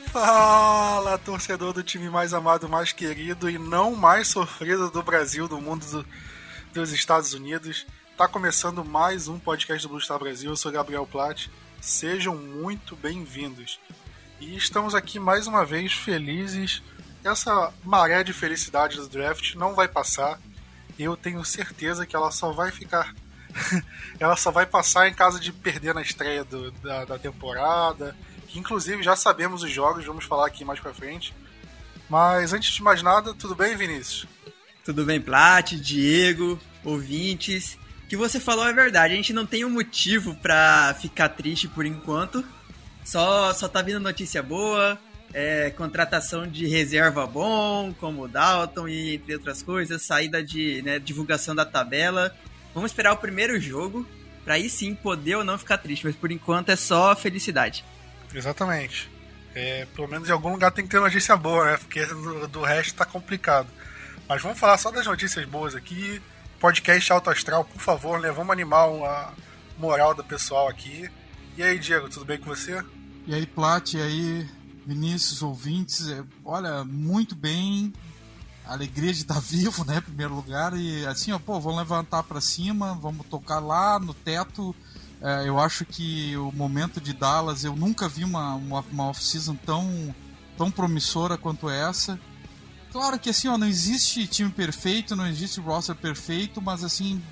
Fala, torcedor do time mais amado, mais querido e não mais sofrido do Brasil, do mundo dos Estados Unidos. Tá começando mais um podcast do Blue Star Brasil. Eu sou Gabriel Platt. Sejam muito bem-vindos. E estamos aqui mais uma vez felizes. Essa maré de felicidade do draft não vai passar. Eu tenho certeza que ela só vai ficar... ela só vai passar em caso de perder na estreia da temporada. Que inclusive já sabemos os jogos, vamos falar aqui mais pra frente. Mas antes de mais nada, tudo bem, Vinícius? Tudo bem, Plat, Diego, ouvintes. O que você falou é verdade, a gente não tem um motivo pra ficar triste por enquanto. Só tá vindo notícia boa, contratação de reserva bom, como o Dalton e entre outras coisas, saída de divulgação da tabela. Vamos esperar o primeiro jogo pra aí sim poder ou não ficar triste, mas por enquanto é só felicidade. Exatamente. Pelo menos em algum lugar tem que ter notícia boa, né? Porque do resto tá complicado. Mas vamos falar só das notícias boas aqui. Podcast Alto Astral, por favor, né? Vamos animar a moral do pessoal aqui. E aí, Diego, tudo bem com você? E aí, Plat, e aí, Vinícius, ouvintes. Olha, muito bem. Alegria de estar vivo, né? Em primeiro lugar. E assim, vamos levantar pra cima, vamos tocar lá no teto. Eu acho que o momento de Dallas, eu nunca vi uma off-season tão promissora quanto essa. Claro que assim, não existe time perfeito, não existe roster perfeito, mas assim,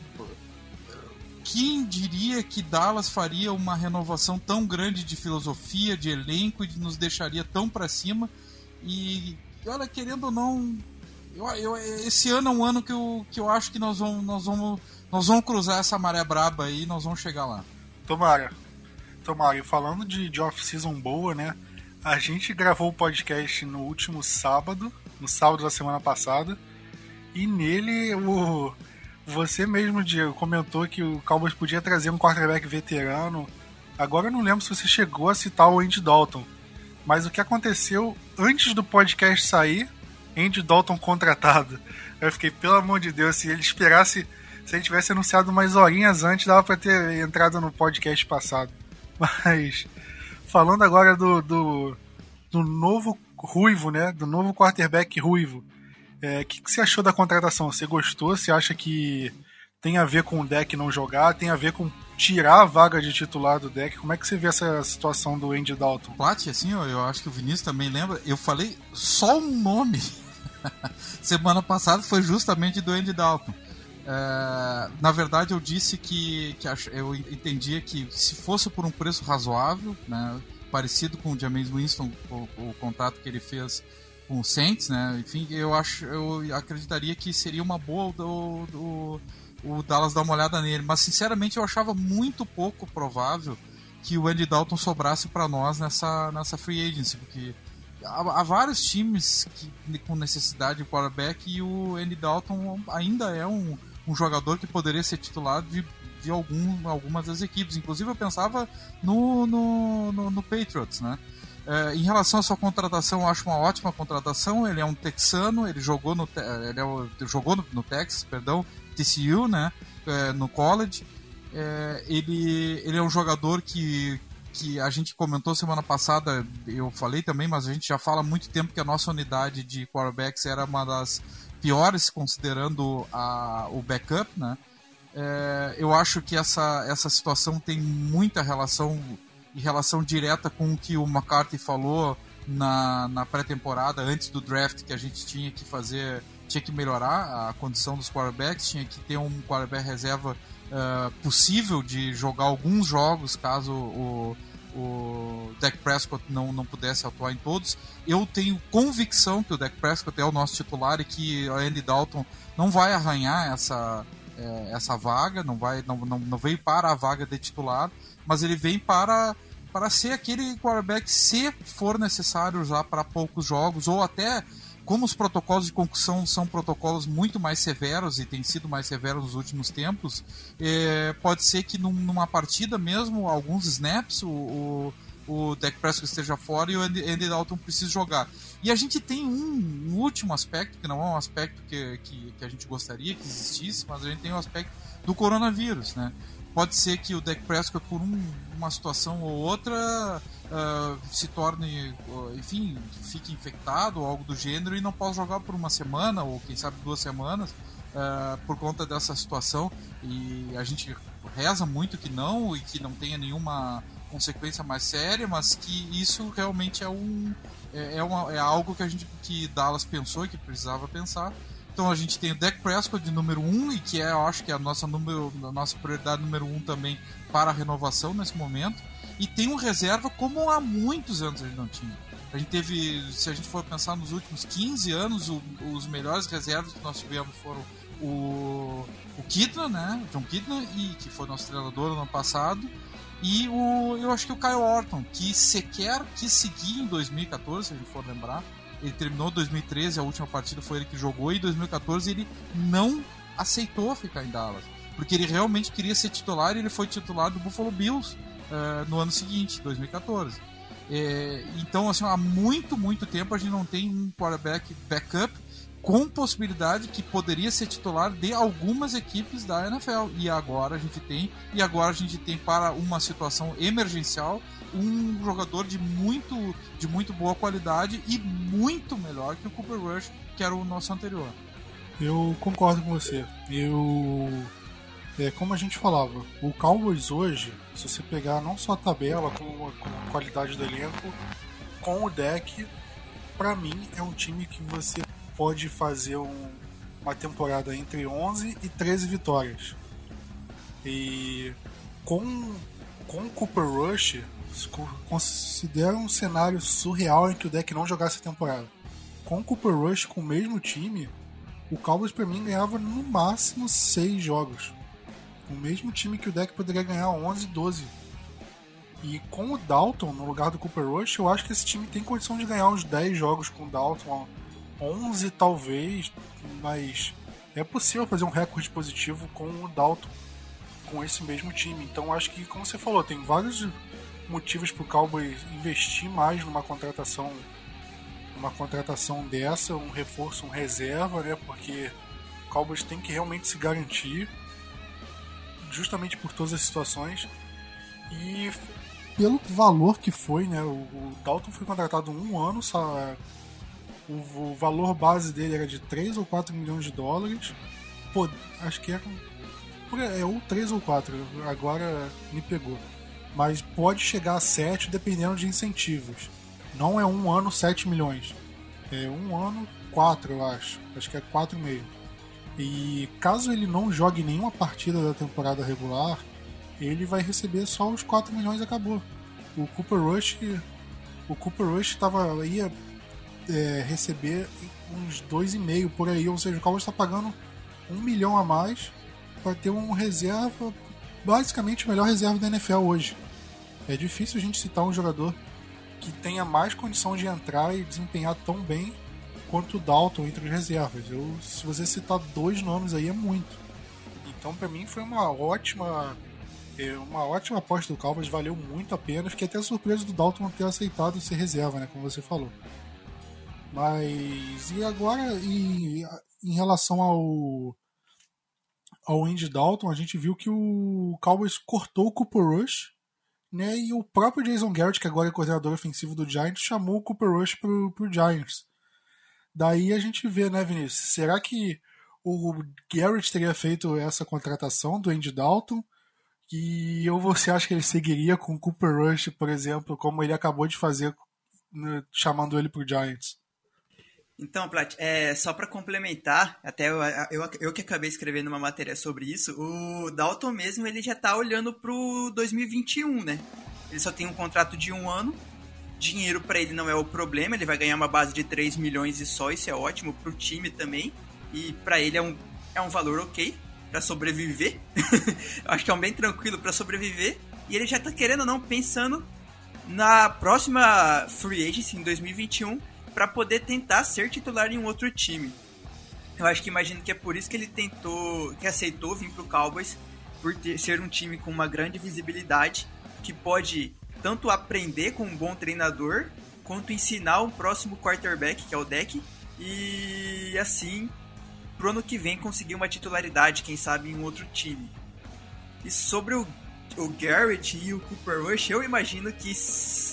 quem diria que Dallas faria uma renovação tão grande de filosofia, de elenco e nos deixaria tão pra cima? E olha, querendo ou não, esse ano é um ano que eu acho que nós vamos cruzar essa maré braba aí e nós vamos chegar lá. Tomara. E falando de off-season boa, né? A gente gravou o podcast no último sábado, no sábado da semana passada, e nele você mesmo, Diego, comentou que o Cowboys podia trazer um quarterback veterano. Agora eu não lembro se você chegou a citar o Andy Dalton, mas o que aconteceu antes do podcast sair, Andy Dalton contratado. Eu fiquei, pelo amor de Deus, se ele tivesse anunciado umas horinhas antes, dava pra ter entrado no podcast passado. Mas, falando agora do novo ruivo, né? Do novo quarterback ruivo. O que você achou da contratação? Você gostou? Você acha que tem a ver com o deck não jogar? Tem a ver com tirar a vaga de titular do deck? Como é que você vê essa situação do Andy Dalton? Plat, assim, eu acho que o Vinícius também lembra. Eu falei só um nome. Semana passada foi justamente do Andy Dalton. Na verdade eu disse que eu entendia que se fosse por um preço razoável, né, parecido com o Jameis Winston, o contrato que ele fez com o Saints, né, enfim, eu acreditaria que seria uma boa o Dallas dar uma olhada nele, mas sinceramente eu achava muito pouco provável que o Andy Dalton sobrasse para nós nessa free agency, porque há vários times com necessidade de quarterback e o Andy Dalton ainda é um jogador que poderia ser titular de algumas das equipes. Inclusive eu pensava no Patriots, né? Em relação à sua contratação, eu acho uma ótima contratação. Ele é um texano, ele jogou no Texas, TCU, né? No college. Ele é um jogador que a gente comentou semana passada, eu falei também, mas a gente já fala há muito tempo que a nossa unidade de quarterbacks era uma das piores, considerando o backup, né? Eu acho que essa situação tem muita relação direta com o que o McCarthy falou na pré-temporada, antes do draft, que a gente tinha que melhorar a condição dos quarterbacks, tinha que ter um quarterback reserva possível de jogar alguns jogos, caso o Dak Prescott não pudesse atuar em todos. Eu tenho convicção que o Dak Prescott é o nosso titular e que o Andy Dalton não vai arranhar essa vaga, não veio para a vaga de titular, mas ele vem para ser aquele quarterback, se for necessário usar para poucos jogos, ou até como os protocolos de concussão são protocolos muito mais severos e têm sido mais severos nos últimos tempos, pode ser que numa partida mesmo, alguns snaps, o Dak Prescott esteja fora e o Andy Dalton precisa jogar. E a gente tem um último aspecto, que não é um aspecto que a gente gostaria que existisse, mas a gente tem o aspecto do coronavírus, né? Pode ser que o Dak Prescott, por uma situação ou outra, se torne, enfim, fique infectado ou algo do gênero e não possa jogar por uma semana ou quem sabe 2 semanas por conta dessa situação. E a gente reza muito que não e que não tenha nenhuma consequência mais séria, mas que isso realmente é algo que Dallas pensou e que precisava pensar. Então a gente tem o Dak Prescott de número 1 e que eu acho que é a nossa prioridade número 1 também para a renovação nesse momento. E tem um reserva como há muitos anos a gente não tinha. A gente teve, se a gente for pensar nos últimos 15 anos, os melhores reservas que nós tivemos foram o Kitna, né? John Kitna, e que foi nosso treinador no ano passado. E eu acho que o Kyle Orton, que sequer quis seguir em 2014, se a gente for lembrar. Ele terminou 2013, a última partida foi ele que jogou, e em 2014 ele não aceitou ficar em Dallas, porque ele realmente queria ser titular e ele foi titular do Buffalo Bills no ano seguinte, 2014. Então, assim, há muito tempo a gente não tem um quarterback backup com possibilidade que poderia ser titular de algumas equipes da NFL. E agora a gente tem para uma situação emergencial um jogador de muito boa qualidade e muito melhor que o Cooper Rush, que era o nosso anterior. Eu concordo com você. Como a gente falava, o Cowboys hoje, se você pegar não só a tabela, como a qualidade do elenco, com o deck, pra mim é um time que você pode fazer uma temporada entre 11 e 13 vitórias. E com o Cooper Rush, considera um cenário surreal em que o deck não jogasse a temporada. Com o Cooper Rush, com o mesmo time, o Cowboys pra mim ganhava no máximo 6 jogos. O mesmo time que o deck poderia ganhar 11, 12. E com o Dalton no lugar do Cooper Rush, eu acho que esse time tem condição de ganhar uns 10 jogos com o Dalton, 11 talvez, mas é possível fazer um recorde positivo com o Dalton, com esse mesmo time. Então acho que, como você falou, tem vários motivos para o Cowboys investir mais numa contratação dessa, um reforço, um reserva, né? Porque o Cowboys tem que realmente se garantir, justamente por todas as situações e pelo valor que foi, né? O Dalton foi contratado 1 ano, o valor base dele era de 3 ou 4 milhões de dólares. Pô, acho que ou 3 ou 4, agora me pegou. Mas pode chegar a 7 dependendo de incentivos. Não é 1 ano 7 milhões. É 1 ano 4, eu acho. Acho que é 4 mesmo. E caso ele não jogue nenhuma partida da temporada regular, ele vai receber só os 4 milhões e acabou. O Cooper Rush ia receber uns 2,5 por aí, ou seja, o Cowboys está pagando 1 milhão a mais para ter um reserva, basicamente o melhor reserva da NFL hoje. É difícil a gente citar um jogador que tenha mais condição de entrar e desempenhar tão bem quanto o Dalton entre os reservas. Se você citar 2 nomes aí é muito. Então para mim foi uma ótima aposta do Cowboys, valeu muito a pena. Fiquei até surpreso do Dalton não ter aceitado ser reserva, né, como você falou. Mas e agora, em relação ao Andy Dalton, a gente viu que o Cowboys cortou o Cooper Rush, né, e o próprio Jason Garrett, que agora é coordenador ofensivo do Giants, chamou o Cooper Rush pro Giants. Daí a gente vê, né, Vinícius, será que o Garrett teria feito essa contratação do Andy Dalton? Ou você acha que ele seguiria com o Cooper Rush, por exemplo, como ele acabou de fazer, né, chamando ele pro Giants? Então, Plat, só para complementar, até eu que acabei escrevendo uma matéria sobre isso, o Dalton mesmo ele já tá olhando pro 2021, né? Ele só tem um contrato de 1 ano, dinheiro para ele não é o problema, ele vai ganhar uma base de 3 milhões e só, isso é ótimo pro time também, e para ele é um valor ok para sobreviver. Eu acho que é um bem tranquilo para sobreviver, e ele já tá querendo ou não pensando na próxima Free Agency em 2021, para poder tentar ser titular em um outro time. Eu acho que imagino que é por isso que ele aceitou vir pro Cowboys, por ser um time com uma grande visibilidade, que pode tanto aprender com um bom treinador, quanto ensinar um próximo quarterback, que é o Dak, e assim, pro ano que vem conseguir uma titularidade, quem sabe em um outro time. E sobre o Garrett e o Cooper Rush, eu imagino que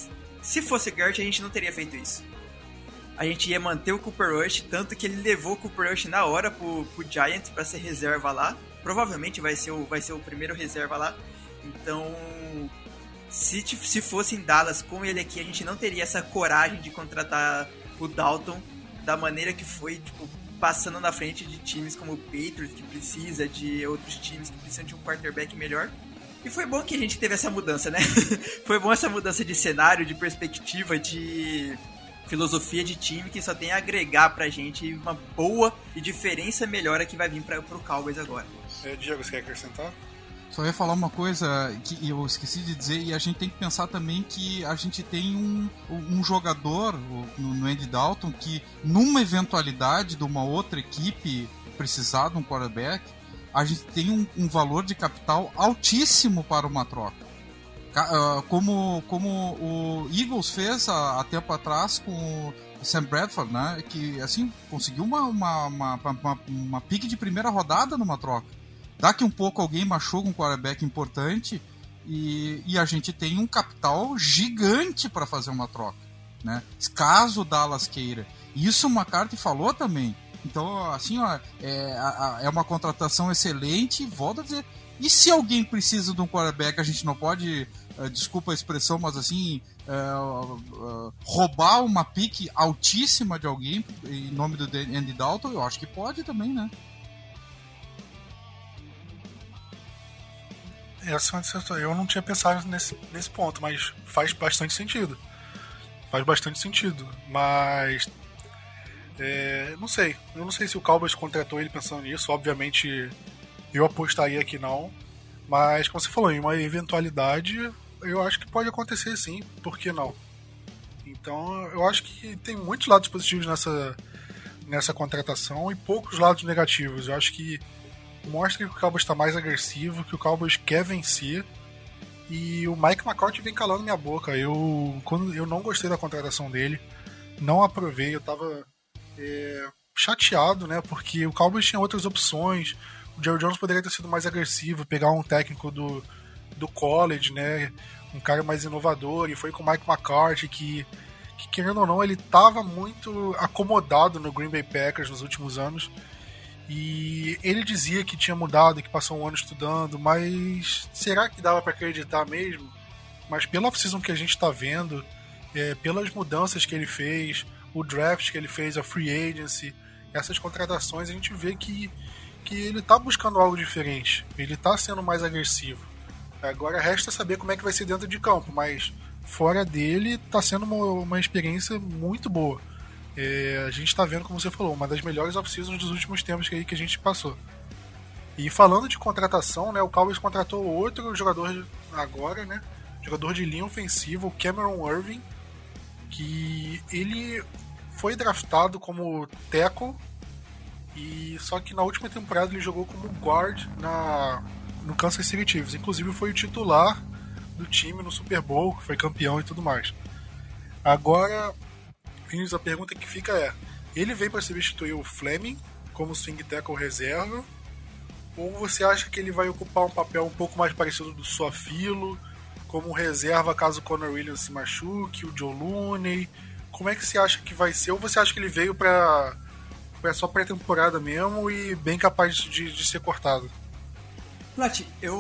se fosse Garrett, a gente não teria feito isso. A gente ia manter o Cooper Rush, tanto que ele levou o Cooper Rush na hora pro Giants pra ser reserva lá. Provavelmente vai ser o primeiro reserva lá. Então, se fosse em Dallas com ele aqui, a gente não teria essa coragem de contratar o Dalton da maneira que foi, tipo, passando na frente de times como o Patriots, que precisa de outros times que precisam de um quarterback melhor. E foi bom que a gente teve essa mudança, né? Foi bom essa mudança de cenário, de perspectiva, de filosofia de time, que só tem a agregar pra gente uma boa e diferença melhora que vai vir pro Cowboys agora. Diego, você quer acrescentar? Só ia falar uma coisa que eu esqueci de dizer, e a gente tem que pensar também que a gente tem um jogador no Andy Dalton que, numa eventualidade de uma outra equipe precisar de um quarterback, a gente tem um valor de capital altíssimo para uma troca. Como o Eagles fez há tempo atrás com o Sam Bradford, né? Que assim conseguiu uma pique de primeira rodada numa troca. Daqui um pouco alguém machuca um quarterback importante e a gente tem um capital gigante para fazer uma troca, né? Caso o Dallas queira. Isso o McCarthy falou também. Então, assim, ó, é uma contratação excelente. Volto a dizer, e se alguém precisa de um quarterback, a gente não pode, desculpa a expressão, mas assim, roubar uma pique altíssima de alguém em nome do Andy Dalton? Eu acho que pode também, né? Eu não tinha pensado nesse ponto, mas faz bastante sentido. Mas não sei. Eu não sei se o Cowboys contratou ele pensando nisso. Obviamente eu apostaria que não. Mas como você falou, em uma eventualidade eu acho que pode acontecer sim. Por que não? Então eu acho que tem muitos lados positivos nessa contratação e poucos lados negativos. Eu acho que mostra que o Cowboys está mais agressivo, que o Cowboys quer vencer. E o Mike McCarthy vem calando minha boca. Eu não gostei da contratação dele, não aprovei, eu tava chateado, né? Porque o Cowboys tinha outras opções. O Jerry Jones poderia ter sido mais agressivo, pegar um técnico do college, né? Um cara mais inovador, e foi com o Mike McCarthy que querendo ou não, ele tava muito acomodado no Green Bay Packers nos últimos anos. E ele dizia que tinha mudado, que passou um ano estudando, mas será que dava para acreditar mesmo? Mas pela off-season que a gente está vendo, pelas mudanças que ele fez, o draft que ele fez, a free agency, essas contratações, a gente vê que ele está buscando algo diferente, ele está sendo mais agressivo. Agora resta saber como é que vai ser dentro de campo, mas fora dele está sendo uma experiência muito boa. A gente está vendo, como você falou, uma das melhores off-seasons dos últimos tempos que a gente passou. E falando de contratação, né, o Cowboys contratou outro jogador agora, né, jogador de linha ofensiva, o Cameron Irving, que ele foi draftado como tackle, e só que na última temporada ele jogou como guard no Kansas City Chiefs. Inclusive foi o titular do time no Super Bowl, foi campeão e tudo mais. Agora, a pergunta que fica ele vem para substituir o Fleming como swing tackle reserva, ou você acha que ele vai ocupar um papel um pouco mais parecido do Suafilo, como reserva caso o Connor Williams se machuque, o Joe Looney? Como é que você acha que vai ser? Ou você acha que ele veio para só pré-temporada mesmo e bem capaz de ser cortado? Plat,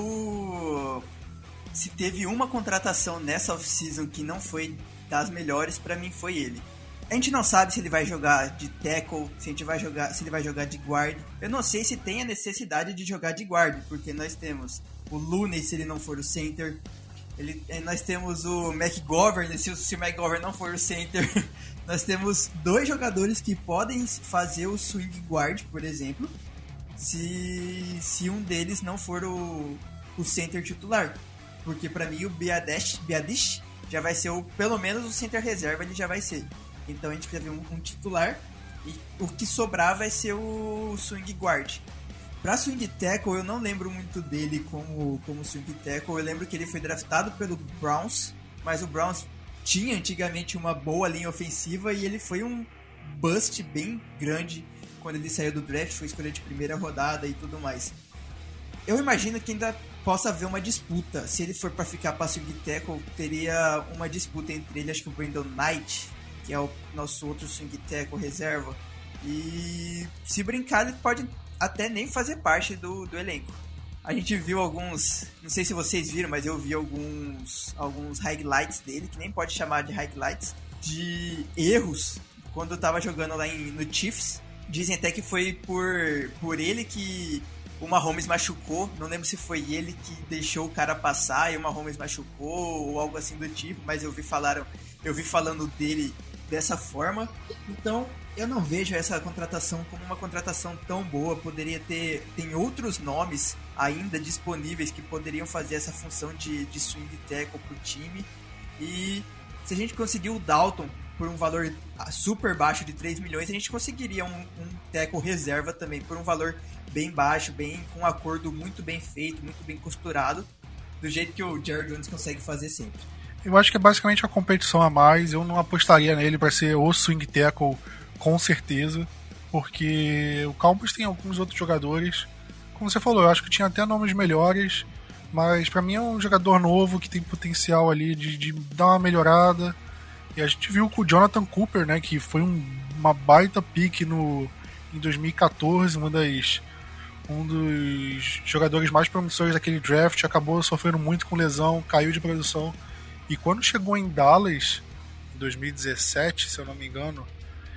se teve uma contratação nessa off-season que não foi das melhores, pra mim foi ele. A gente não sabe se ele vai jogar de tackle, se ele vai jogar de guard. Eu não sei se tem a necessidade de jogar de guard, porque nós temos o Looney se ele não for o center. Nós temos o McGovern, se o McGovern não for o center. Nós temos dois jogadores que podem fazer o swing guard, por exemplo, se um deles não for o center titular. Porque pra mim o Biadish já vai ser pelo menos o center reserva, ele já vai ser. Então a gente precisa ver um titular e o que sobrar vai ser o swing guard. Pra swing tackle, eu não lembro muito dele como swing tackle. Eu lembro que ele foi draftado pelo Browns, mas o Browns tinha antigamente uma boa linha ofensiva e ele foi um bust bem grande quando ele saiu do draft, foi escolha de primeira rodada e tudo mais. Eu imagino que ainda possa haver uma disputa. Se ele for para ficar para swing tackle, teria uma disputa entre ele, acho que o Brandon Knight, que é o nosso outro swing tackle reserva. E se brincar, ele pode até nem fazer parte do elenco. A gente viu alguns, não sei se vocês viram, mas eu vi alguns highlights dele, que nem pode chamar de highlights, de erros quando tava jogando lá no Chiefs. Dizem até que foi por ele que o Mahomes machucou. Não lembro se foi ele que deixou o cara passar e o Mahomes machucou ou algo assim do tipo, mas eu vi falando dele dessa forma. Então eu não vejo essa contratação como uma contratação tão boa. Tem outros nomes ainda disponíveis que poderiam fazer essa função de swing tackle pro time. E se a gente conseguir o Dalton por um valor super baixo de 3 milhões, a gente conseguiria um tackle reserva também por um valor bem baixo, com um acordo muito bem feito, muito bem costurado, do jeito que o Jerry Jones consegue fazer sempre. Eu acho que é basicamente a competição a mais. Eu não apostaria nele para ser o swing tackle com certeza, porque o Cowboys tem alguns outros jogadores, como você falou, eu acho que tinha até nomes melhores, mas para mim é um jogador novo que tem potencial ali de dar uma melhorada. E a gente viu com o Jonathan Cooper, né, que foi uma baita pick em 2014, um dos jogadores mais promissores daquele draft, acabou sofrendo muito com lesão, caiu de produção. E quando chegou em Dallas, em 2017, se eu não me engano,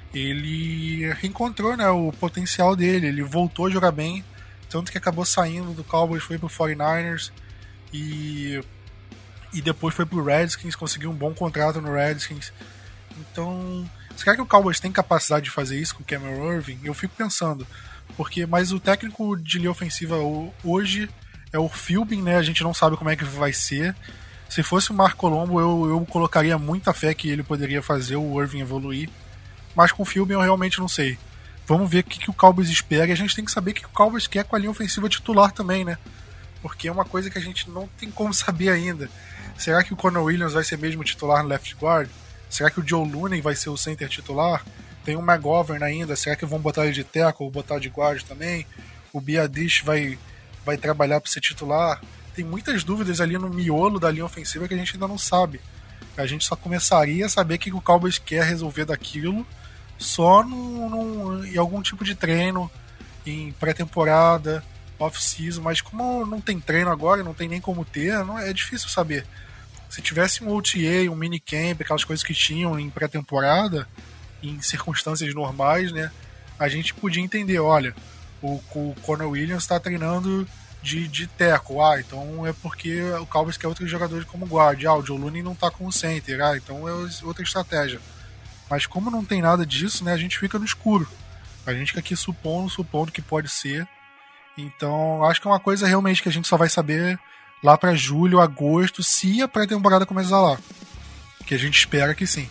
ele reencontrou, né, o potencial dele, ele voltou a jogar bem, tanto que acabou saindo do Cowboys, foi pro 49ers e depois foi pro Redskins, conseguiu um bom contrato no Redskins. Então, será que o Cowboys tem capacidade de fazer isso com o Cameron Irving? Eu fico pensando, mas o técnico de linha ofensiva hoje é o Philbin, né? A gente não sabe como é que vai ser. Se fosse o Mark Colombo, eu colocaria muita fé que ele poderia fazer o Irving evoluir, mas com o Philbin eu realmente não sei. Vamos ver o que o Cowboys espera, e a gente tem que saber o que o Cowboys quer com a linha ofensiva titular também, né? Porque é uma coisa que a gente não tem como saber ainda. Será que o Connor Williams vai ser mesmo titular no left guard? Será que o Joe Looney vai ser o center titular? Tem o McGovern ainda, será que vão botar ele de tackle ou botar de guard também? O Biadish vai trabalhar para ser titular? Tem muitas dúvidas ali no miolo da linha ofensiva que a gente ainda não sabe. A gente só começaria a saber o que o Cowboys quer resolver daquilo só em algum tipo de treino, em pré-temporada, off-season, mas como não tem treino agora, não tem nem como ter, é difícil saber. Se tivesse um OTA, um minicamp, aquelas coisas que tinham em pré-temporada, em circunstâncias normais, né, a gente podia entender, olha, o Connor Williams está treinando de tackle, então é porque o Cowboys quer outros jogadores como guard, o Joe Looney não está como center, então é outra estratégia. Mas como não tem nada disso, né, a gente fica no escuro. A gente fica aqui supondo que pode ser. Então, acho que é uma coisa realmente que a gente só vai saber lá para julho, agosto, se a pré-temporada começar lá. Que a gente espera que sim.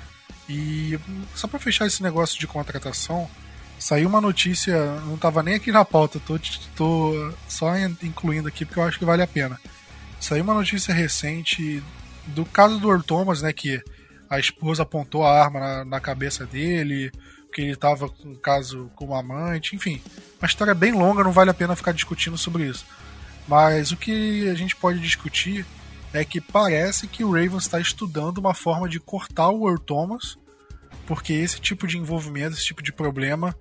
E só para fechar esse negócio de contratação, saiu uma notícia, não estava nem aqui na pauta, tô só incluindo aqui porque eu acho que vale a pena. Saiu uma notícia recente do caso do Earl Thomas, né, que a esposa apontou a arma na cabeça dele, que ele estava com um caso com uma amante, enfim. Uma história bem longa, não vale a pena ficar discutindo sobre isso. Mas o que a gente pode discutir é que parece que o Ravens está estudando uma forma de cortar o Earl Thomas, porque esse tipo de envolvimento, esse tipo de problema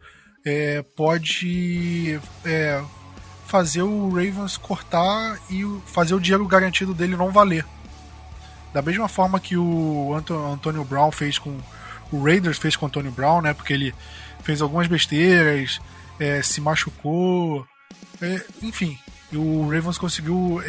pode fazer o Ravens cortar e fazer o dinheiro garantido dele não valer. Da mesma forma que o Antonio Brown fez com o Raiders fez com o Antonio Brown, né? Porque ele fez algumas besteiras, se machucou, enfim. E o Ravens conseguiu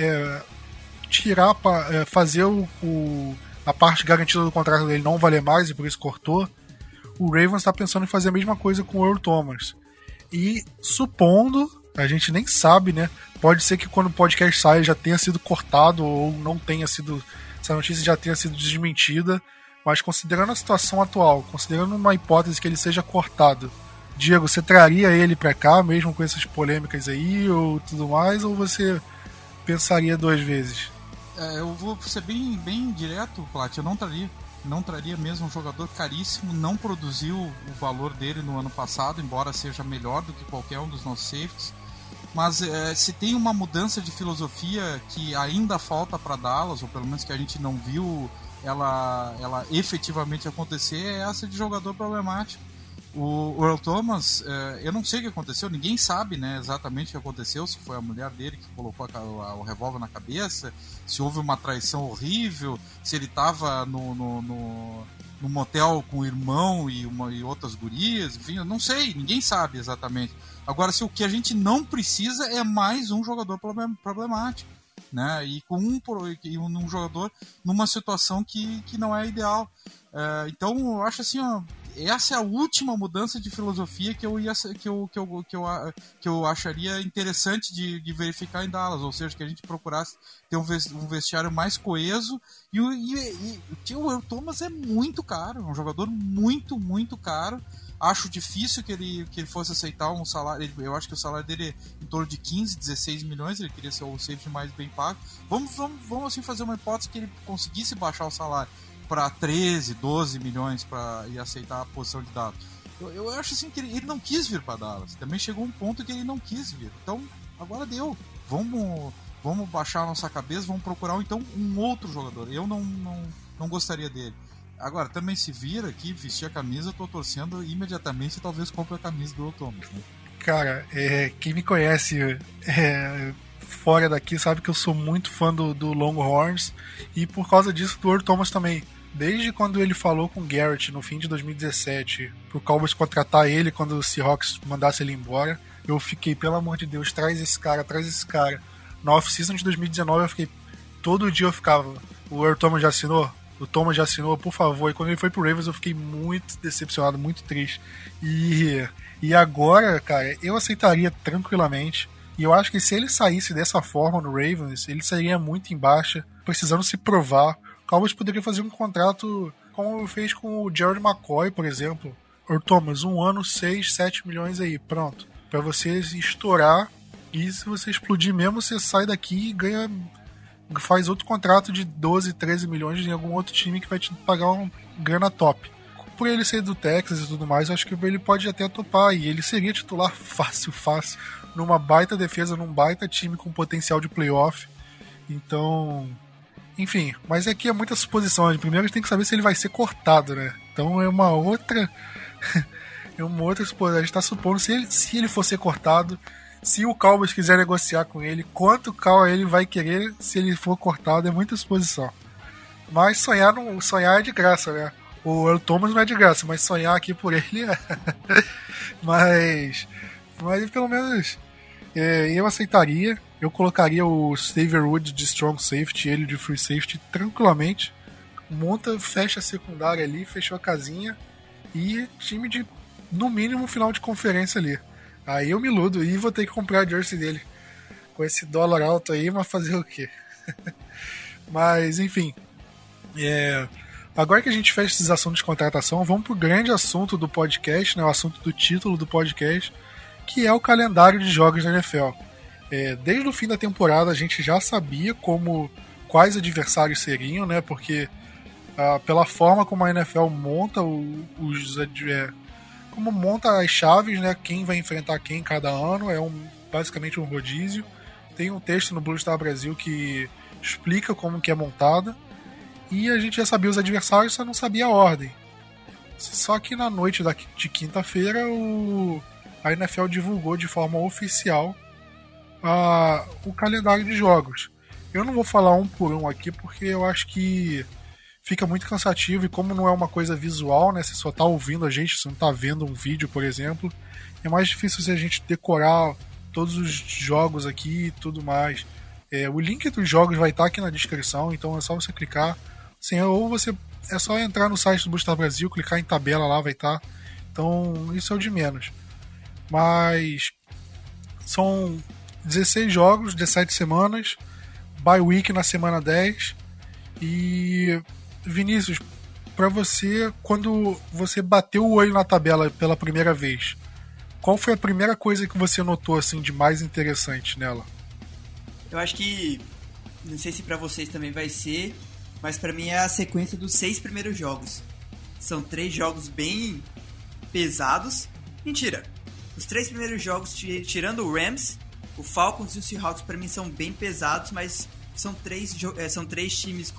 fazer a parte garantida do contrato dele não valer mais e por isso cortou. O Ravens está pensando em fazer a mesma coisa com o Earl Thomas. E supondo, a gente nem sabe, né? Pode ser que quando o podcast saia já tenha sido cortado ou não tenha sido, essa notícia já tenha sido desmentida. Mas considerando a situação atual, considerando uma hipótese que ele seja cortado, Diego, você traria ele pra cá, mesmo com essas polêmicas aí, ou tudo mais, ou você pensaria 2 vezes? Eu vou ser bem direto, Plat, eu não traria mesmo, um jogador caríssimo, não produziu o valor dele no ano passado, embora seja melhor do que qualquer um dos nossos safeties. Mas se tem uma mudança de filosofia que ainda falta para Dallas, ou pelo menos que a gente não viu ela efetivamente acontecer, é essa de jogador problemático. O Earl Thomas, eu não sei o que aconteceu, ninguém sabe, né, exatamente o que aconteceu, se foi a mulher dele que colocou o revólver na cabeça, se houve uma traição horrível, se ele estava no motel com o irmão e outras gurias, enfim, eu não sei, ninguém sabe exatamente. Agora, se o que a gente não precisa é mais um jogador problemático, né, e com um jogador numa situação que não é ideal. Então, eu acho assim, ó, essa é a última mudança de filosofia que eu acharia interessante de verificar em Dallas, ou seja, que a gente procurasse ter um vestiário mais coeso. E o Earl Thomas é muito caro, é um jogador muito, muito caro. Acho difícil que ele fosse aceitar um salário. Eu acho que o salário dele é em torno de 15, 16 milhões. Ele queria ser o safety mais bem pago. Vamos assim fazer uma hipótese que ele conseguisse baixar o salário para 13, 12 milhões e aceitar a posição de Dallas. Eu acho assim que ele não quis vir para Dallas. Também chegou um ponto que ele não quis vir. Então, agora deu. Vamos baixar a nossa cabeça, vamos procurar então um outro jogador. Eu não gostaria dele. Agora, também se vira aqui, vestir a camisa, tô torcendo imediatamente e talvez compre a camisa do Earl Thomas, né? Cara, quem me conhece fora daqui sabe que eu sou muito fã do Longhorns e por causa disso do Earl Thomas também. Desde quando ele falou com o Garrett no fim de 2017 pro Cowboys contratar ele quando o Seahawks mandasse ele embora, eu fiquei, pelo amor de Deus, traz esse cara. Na off-season de 2019 eu fiquei, todo dia eu ficava, o Earl Thomas já assinou? O Thomas já assinou, por favor. E quando ele foi pro Ravens eu fiquei muito decepcionado, muito triste. E agora, cara, eu aceitaria tranquilamente. E eu acho que se ele saísse dessa forma no Ravens, ele sairia muito em baixa, precisando se provar. O Cowboys poderia fazer um contrato como fez com o Gerald McCoy, por exemplo. Earl Thomas, 1 ano, 6, 7 milhões aí, pronto. Pra você estourar. E se você explodir mesmo, você sai daqui e faz outro contrato de 12, 13 milhões em algum outro time que vai te pagar uma grana top. Por ele ser do Texas e tudo mais, eu acho que ele pode até topar. E ele seria titular fácil, numa baita defesa, num baita time com potencial de playoff. Então, enfim, mas aqui é muita suposição. Primeiro a gente tem que saber se ele vai ser cortado, né? Então é uma outra suposição. A gente tá supondo se ele for ser cortado, se o Cowboys quiser negociar com ele, quanto cal ele vai querer se ele for cortado, é muita exposição. Mas sonhar é de graça, né? O Earl Thomas não é de graça, mas sonhar aqui por ele é. mas pelo menos eu aceitaria. Eu colocaria o Xavier Woods de strong safety, ele de free safety tranquilamente. Fecha a secundária ali, fechou a casinha e time de, no mínimo, final de conferência ali. Aí eu me iludo e vou ter que comprar a jersey dele. Com esse dólar alto aí, mas fazer o quê? Mas, enfim. Agora que a gente fecha esses assuntos de contratação, vamos pro grande assunto do podcast, né? O assunto do título do podcast, que é o calendário de jogos da NFL. Desde o fim da temporada a gente já sabia quais adversários seriam, né? Porque pela forma como a NFL monta como monta as chaves, né? Quem vai enfrentar quem cada ano, basicamente um rodízio. Tem um texto no Blue Star Brasil que explica como que é montada. E a gente já sabia os adversários, só não sabia a ordem. Só que na noite de quinta-feira a NFL divulgou de forma oficial o calendário de jogos. Eu não vou falar um por um aqui porque eu acho que fica muito cansativo, e como não é uma coisa visual, né, você só tá ouvindo a gente, você não tá vendo um vídeo, por exemplo, é mais difícil se a gente decorar todos os jogos aqui e tudo mais. O link dos jogos vai estar aqui na descrição, então é só você clicar, é só entrar no site do Bustar Brasil, clicar em tabela lá, vai estar. Então isso é o de menos. Mas são 16 jogos, 17 semanas, bye week na semana 10. E Vinícius, pra você, quando você bateu o olho na tabela pela primeira vez, qual foi a primeira coisa que você notou assim de mais interessante nela? Eu acho que, não sei se pra vocês também vai ser, mas pra mim é a sequência dos 6 primeiros jogos. São 3 jogos bem pesados. Mentira, os 3 primeiros jogos, tirando o Rams, O Falcons e o Seahawks para mim são bem pesados, mas são três times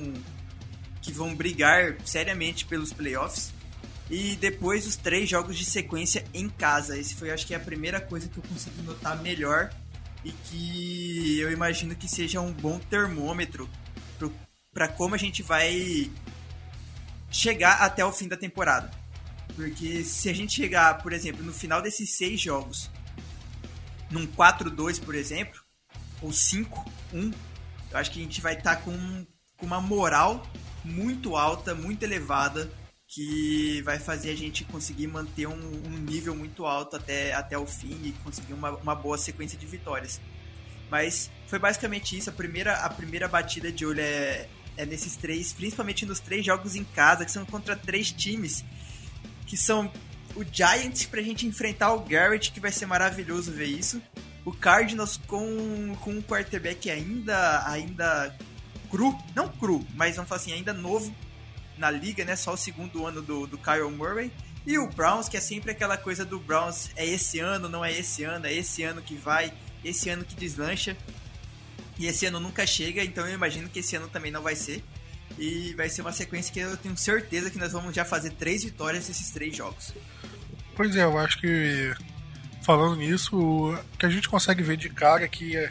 que vão brigar seriamente pelos playoffs. E depois os 3 jogos de sequência em casa. Esse foi, acho que, a primeira coisa que eu consegui notar melhor e que eu imagino que seja um bom termômetro para como a gente vai chegar até o fim da temporada. Porque se a gente chegar, por exemplo, no final desses 6 jogos, num 4-2, por exemplo, ou 5-1, eu acho que a gente vai estar com uma moral muito alta, muito elevada, que vai fazer a gente conseguir manter um nível muito alto até o fim e conseguir uma boa sequência de vitórias. Mas foi basicamente isso. A primeira batida de olho é nesses 3, principalmente nos 3 jogos em casa, que são contra 3 times, que são o Giants, pra gente enfrentar o Garrett, que vai ser maravilhoso ver isso. O Cardinals com um quarterback ainda cru, não cru, mas vamos falar assim, ainda novo na liga, né? Só o segundo ano do Kyler Murray. E o Browns, que é sempre aquela coisa do Browns, é esse ano, não é esse ano que vai, esse ano que deslancha. E esse ano nunca chega, então eu imagino que esse ano também não vai ser. E vai ser uma sequência que eu tenho certeza que nós vamos já fazer 3 vitórias nesses 3 jogos. Pois é, eu acho que, falando nisso, o que a gente consegue ver de cara é que,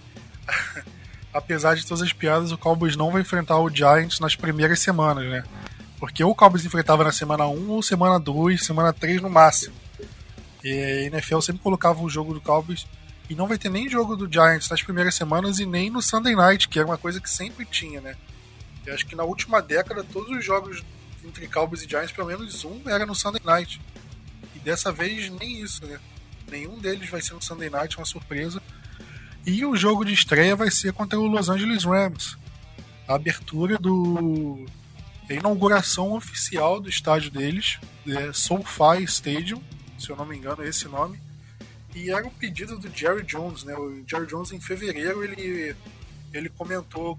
apesar de todas as piadas, o Cowboys não vai enfrentar o Giants nas primeiras semanas, né? Porque o Cowboys enfrentava na semana 1 ou semana 2, semana 3 no máximo. E a NFL sempre colocava o jogo do Cowboys, e não vai ter nem jogo do Giants nas primeiras semanas e nem no Sunday Night, que era uma coisa que sempre tinha, né? Eu acho que na última década todos os jogos entre Cowboys e Giants, pelo menos um, era no Sunday Night. E dessa vez nem isso, né? Nenhum deles vai ser no Sunday Night, uma surpresa. E o jogo de estreia vai ser contra o Los Angeles Rams. A abertura a inauguração oficial do estádio deles, SoFi Stadium, se eu não me engano é esse nome. E era um pedido do Jerry Jones, né? O Jerry Jones, em fevereiro, ele comentou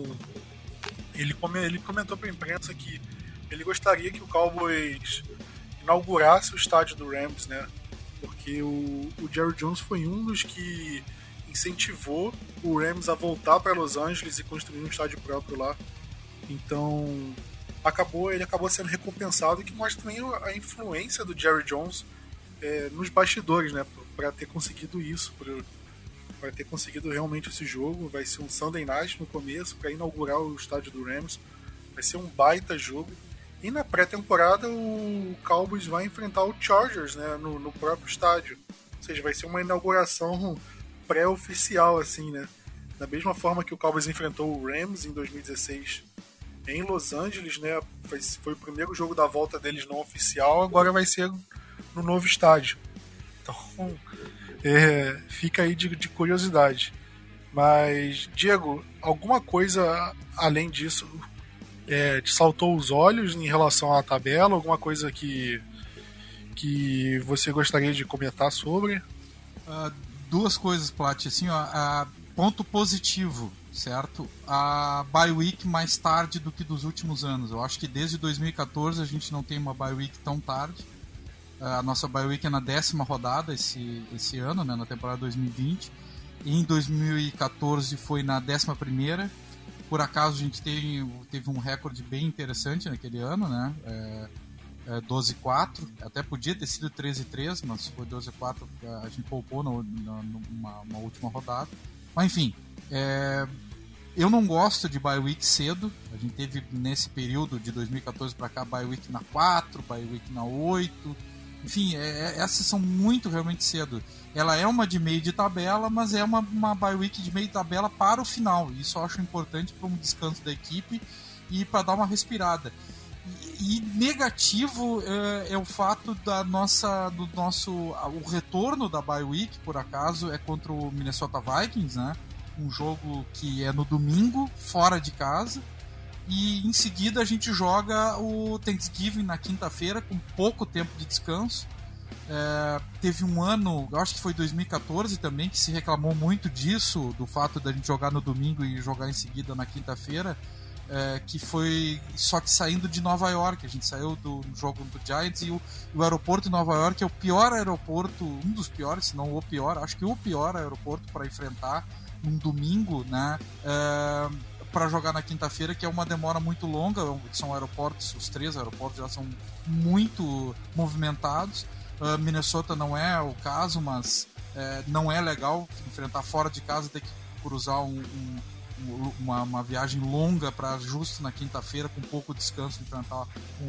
Ele comentou para a imprensa que ele gostaria que o Cowboys inaugurasse o estádio do Rams, né? Porque o Jerry Jones foi um dos que incentivou o Rams a voltar para Los Angeles e construir um estádio próprio lá. Então, ele acabou sendo recompensado, e que mostra também a influência do Jerry Jones nos bastidores, né? Para ter conseguido isso, para ter conseguido realmente esse jogo. Vai ser um Sunday Night no começo, para inaugurar o estádio do Rams. Vai ser um baita jogo. E na pré-temporada o Cowboys vai enfrentar o Chargers, né, no próprio estádio. Ou seja, vai ser uma inauguração pré-oficial, assim, né? Da mesma forma que o Cowboys enfrentou o Rams em 2016 em Los Angeles, né? Foi o primeiro jogo da volta deles não oficial, agora vai ser no novo estádio. Então, fica aí de curiosidade. Mas, Diego, alguma coisa além disso te saltou os olhos em relação à tabela? Alguma coisa que você gostaria de comentar sobre? Duas coisas, Plat. Assim, ponto positivo, certo? A bye week mais tarde do que dos últimos anos. Eu acho que desde 2014 a gente não tem uma bye week tão tarde. A nossa bye week é na 10ª rodada esse ano, né, na temporada 2020. E em 2014 foi na 11ª. Por acaso a gente teve um recorde bem interessante naquele ano, né? 12-4, até podia ter sido 13-3, mas foi 12-4, a gente poupou numa última rodada. Mas enfim, eu não gosto de bye week cedo. A gente teve nesse período de 2014 para cá bye week na 4, bye week na 8. Enfim, essas são muito realmente cedo. Ela é uma de meio de tabela, mas é uma bye week de meio de tabela para o final. Isso eu acho importante para um descanso da equipe e para dar uma respirada. E negativo é o fato o retorno da bye week, por acaso, é contra o Minnesota Vikings, né? Um jogo que é no domingo, fora de casa. E em seguida a gente joga o Thanksgiving na quinta-feira, com pouco tempo de descanso. Teve um ano, eu acho que foi 2014 também, que se reclamou muito disso, do fato da gente jogar no domingo e jogar em seguida na quinta-feira. que foi só que saindo de Nova York. A gente saiu do jogo do Giants e o aeroporto de Nova York é o pior aeroporto, um dos piores, se não o pior, acho que o pior aeroporto para enfrentar um domingo, né, para jogar na quinta-feira, que é uma demora muito longa. São aeroportos, os 3 aeroportos já são muito movimentados. Minnesota não é o caso, mas não é legal enfrentar fora de casa, ter que cruzar uma viagem longa para justo na quinta-feira, com pouco descanso, enfrentar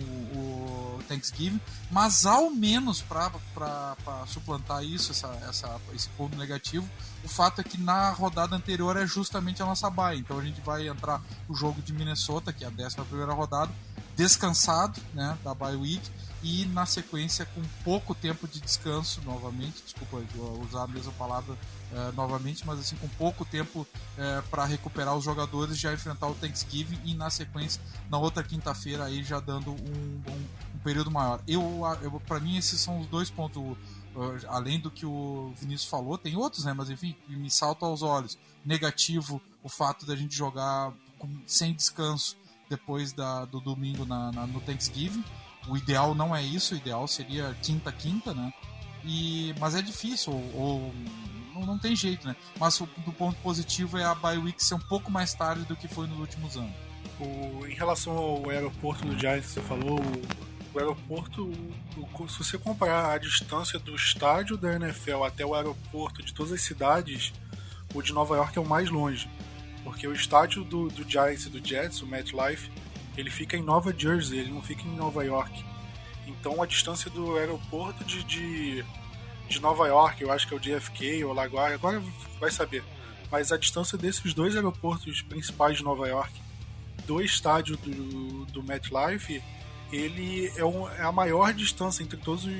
o Thanksgiving. Mas ao menos para suplantar isso, esse ponto negativo, o fato é que na rodada anterior é justamente a nossa bye. Então a gente vai entrar o jogo de Minnesota, que é a 11ª rodada, descansado, né, da bye week, e na sequência com pouco tempo de descanso novamente, desculpa usar a mesma palavra novamente, mas assim, com pouco tempo para recuperar os jogadores, já enfrentar o Thanksgiving e na sequência, na outra quinta-feira, aí já dando um período maior. Para mim, esses são os 2 pontos, além do que o Vinícius falou, tem outros, né, mas enfim, me salta aos olhos. Negativo, o fato da gente jogar sem descanso depois do domingo no Thanksgiving. O ideal não é isso, o ideal seria quinta, né? Mas é difícil, ou não tem jeito, né? Mas do ponto positivo é a bye week ser um pouco mais tarde do que foi nos últimos anos. Em relação ao aeroporto do Giants, você falou, o aeroporto, se você comparar a distância do estádio da NFL até o aeroporto de todas as cidades, o de Nova York é o mais longe. Porque o estádio do Giants e do Jets, o MetLife, ele fica em Nova Jersey, ele não fica em Nova York. Então a distância do aeroporto de Nova York, eu acho que é o JFK ou LaGuardia, agora vai saber. Mas a distância desses 2 aeroportos principais de Nova York, do estádio do MetLife, ele é a maior distância entre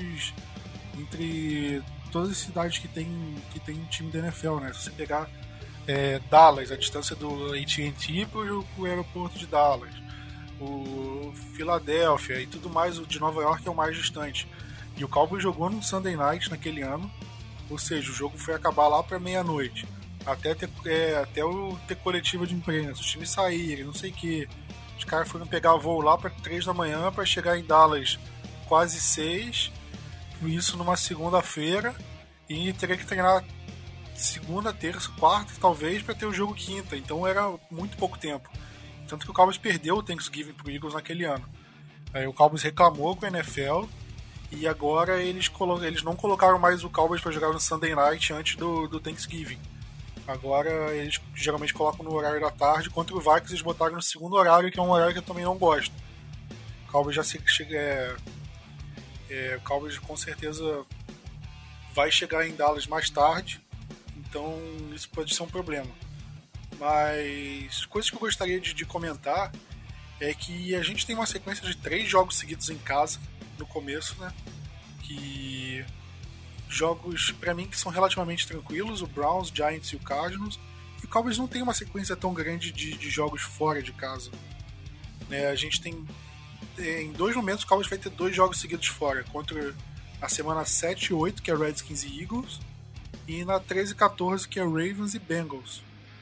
todas as cidades que tem time da NFL, né? Se você pegar Dallas, a distância do AT&T pro aeroporto de Dallas, o Filadélfia e tudo mais, o de Nova York é o mais distante. E o Cowboys jogou no Sunday Night naquele ano, ou seja, o jogo foi acabar lá para meia-noite, até ter coletiva de imprensa, os times saírem, não sei o que. Os caras foram pegar voo lá para 3 da manhã para chegar em Dallas quase 6, isso numa segunda-feira, e teria que treinar segunda, terça, quarta, talvez, para ter o jogo quinta. Então era muito pouco tempo. Tanto que o Cowboys perdeu o Thanksgiving pro Eagles naquele ano. Aí o Cowboys reclamou com a NFL e agora eles não colocaram mais o Cowboys para jogar no Sunday Night antes do Thanksgiving. Agora eles geralmente colocam no horário da tarde. Contra o Vikings eles botaram no segundo horário, que é um horário que eu também não gosto. O Cowboys já chega... o Cowboys com certeza vai chegar em Dallas mais tarde, então isso pode ser um problema. Mas coisas que eu gostaria de comentar é que a gente tem uma sequência de 3 jogos seguidos em casa no começo, né? Que jogos, pra mim, que são relativamente tranquilos, o Browns, Giants e o Cardinals. E o Cowboys não tem uma sequência tão grande de jogos fora de casa, né? A gente tem, em 2 momentos, o Cowboys vai ter 2 jogos seguidos fora, contra a semana 7 e 8, que é Redskins e Eagles, e na 13 e 14, que é Ravens e Bengals.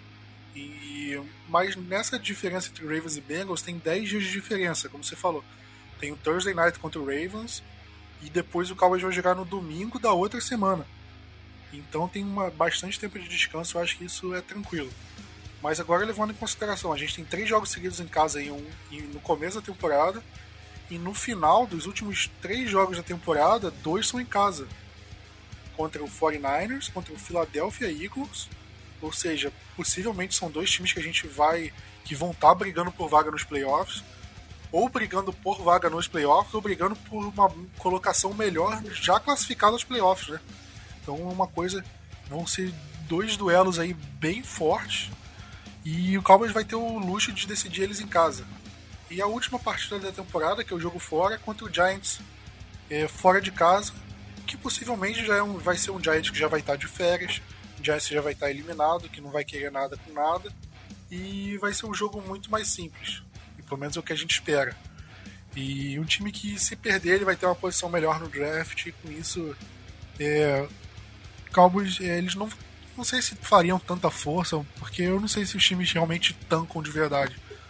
Mas nessa diferença entre Ravens e Bengals tem 10 dias de diferença, como você falou. Tem o Thursday Night contra o Ravens e depois o Cowboys vai jogar no domingo da outra semana. Então tem bastante tempo de descanso, eu acho que isso é tranquilo. Mas agora, levando em consideração, a gente tem 3 jogos seguidos em casa no começo da temporada, e no final dos últimos 3 jogos da temporada, 2 são em casa. Contra o 49ers, contra o Philadelphia Eagles. Ou seja, possivelmente são 2 times que vão estar brigando por vaga nos playoffs, ou brigando por vaga nos playoffs, ou brigando por uma colocação melhor já classificada aos playoffs, né? Então vão ser 2 duelos aí bem fortes, e o Cowboys vai ter o luxo de decidir eles em casa. E a última partida da temporada, que é o jogo fora, é contra o Giants, fora de casa, que possivelmente vai ser um Giants que já vai estar de férias, o Giants já vai estar eliminado, que não vai querer nada com nada, e vai ser um jogo muito mais simples, e pelo menos é o que a gente espera. E um time que, se perder, ele vai ter uma posição melhor no draft, e com isso Cowboys, eles não sei se fariam tanta força, porque eu não sei se os times realmente tancam de verdade,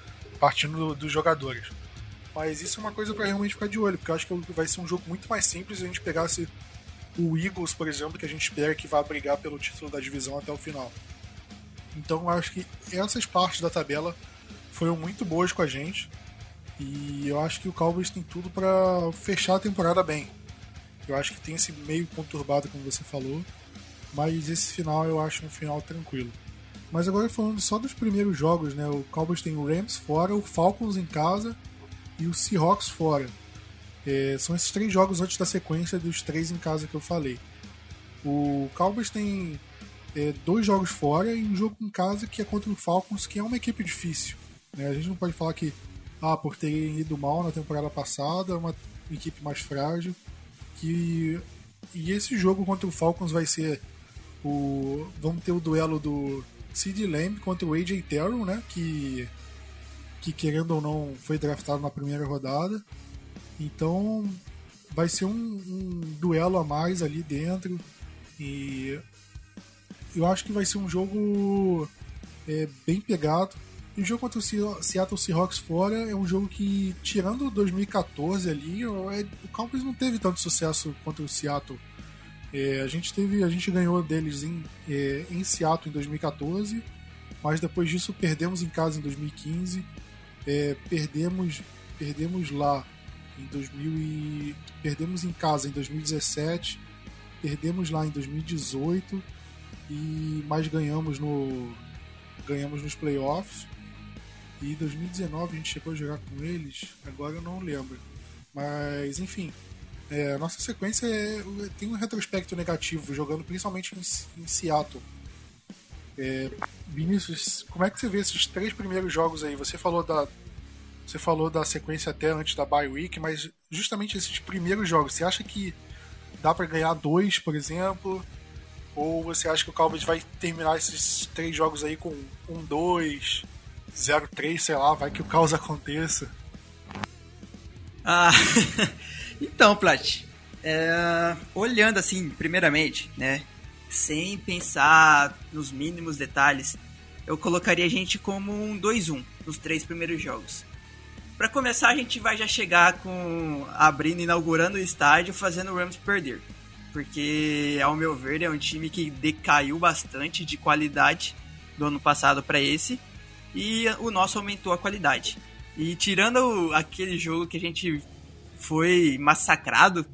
partindo dos jogadores. Mas isso é uma coisa para realmente ficar de olho, porque eu acho que vai ser um jogo muito mais simples se a gente pegasse o Eagles, por exemplo, que a gente espera que vá brigar pelo título da divisão até o final. Então eu acho que essas partes da tabela foram muito boas com a gente, e eu acho que o Cowboys tem tudo para fechar a temporada bem. Eu acho que tem esse meio conturbado, como você falou, mas esse final eu acho um final tranquilo. Mas agora falando só dos primeiros jogos, né? O Cowboys tem o Rams fora, o Falcons em casa e o Seahawks fora. São esses 3 jogos antes da sequência dos 3 em casa que eu falei. O Cowboys tem 2 jogos fora e um jogo em casa que é contra o Falcons, que é uma equipe difícil, né? A gente não pode falar que por ter ido mal na temporada passada, é uma equipe mais frágil. E esse jogo contra o Falcons vai ser vamos ter o duelo do CeeDee Lamb contra o AJ Terrell, né? Que querendo ou não foi draftado na primeira rodada. Então vai ser um duelo a mais ali dentro, e eu acho que vai ser um jogo bem pegado. E o jogo contra o Seattle Seahawks fora é um jogo que, tirando 2014 ali, o Cowboys não teve tanto sucesso contra o Seattle. A gente ganhou deles em Seattle em 2014, mas depois disso perdemos em casa em 2015, perdemos lá em perdemos em casa em 2017, perdemos lá em 2018, mas ganhamos nos playoffs. E em 2019 a gente chegou a jogar com eles, agora eu não lembro. Mas enfim, a nossa sequência tem um retrospecto negativo, jogando principalmente em Seattle. Vinícius, como é que você vê esses 3 primeiros jogos aí? Você falou da sequência até antes da bye week, mas justamente esses primeiros jogos, você acha que dá pra ganhar 2, por exemplo? Ou você acha que o Cowboys vai terminar esses 3 jogos aí com 1-2, 0-3, sei lá, vai que o caos aconteça? Então, Plat, olhando assim, primeiramente, né, sem pensar nos mínimos detalhes, eu colocaria a gente como um 2-1 nos 3 primeiros jogos. Para começar, a gente vai já chegar inaugurando o estádio, fazendo o Rams perder. Porque, ao meu ver, é um time que decaiu bastante de qualidade do ano passado para esse, e o nosso aumentou a qualidade. E tirando aquele jogo que a gente foi massacrado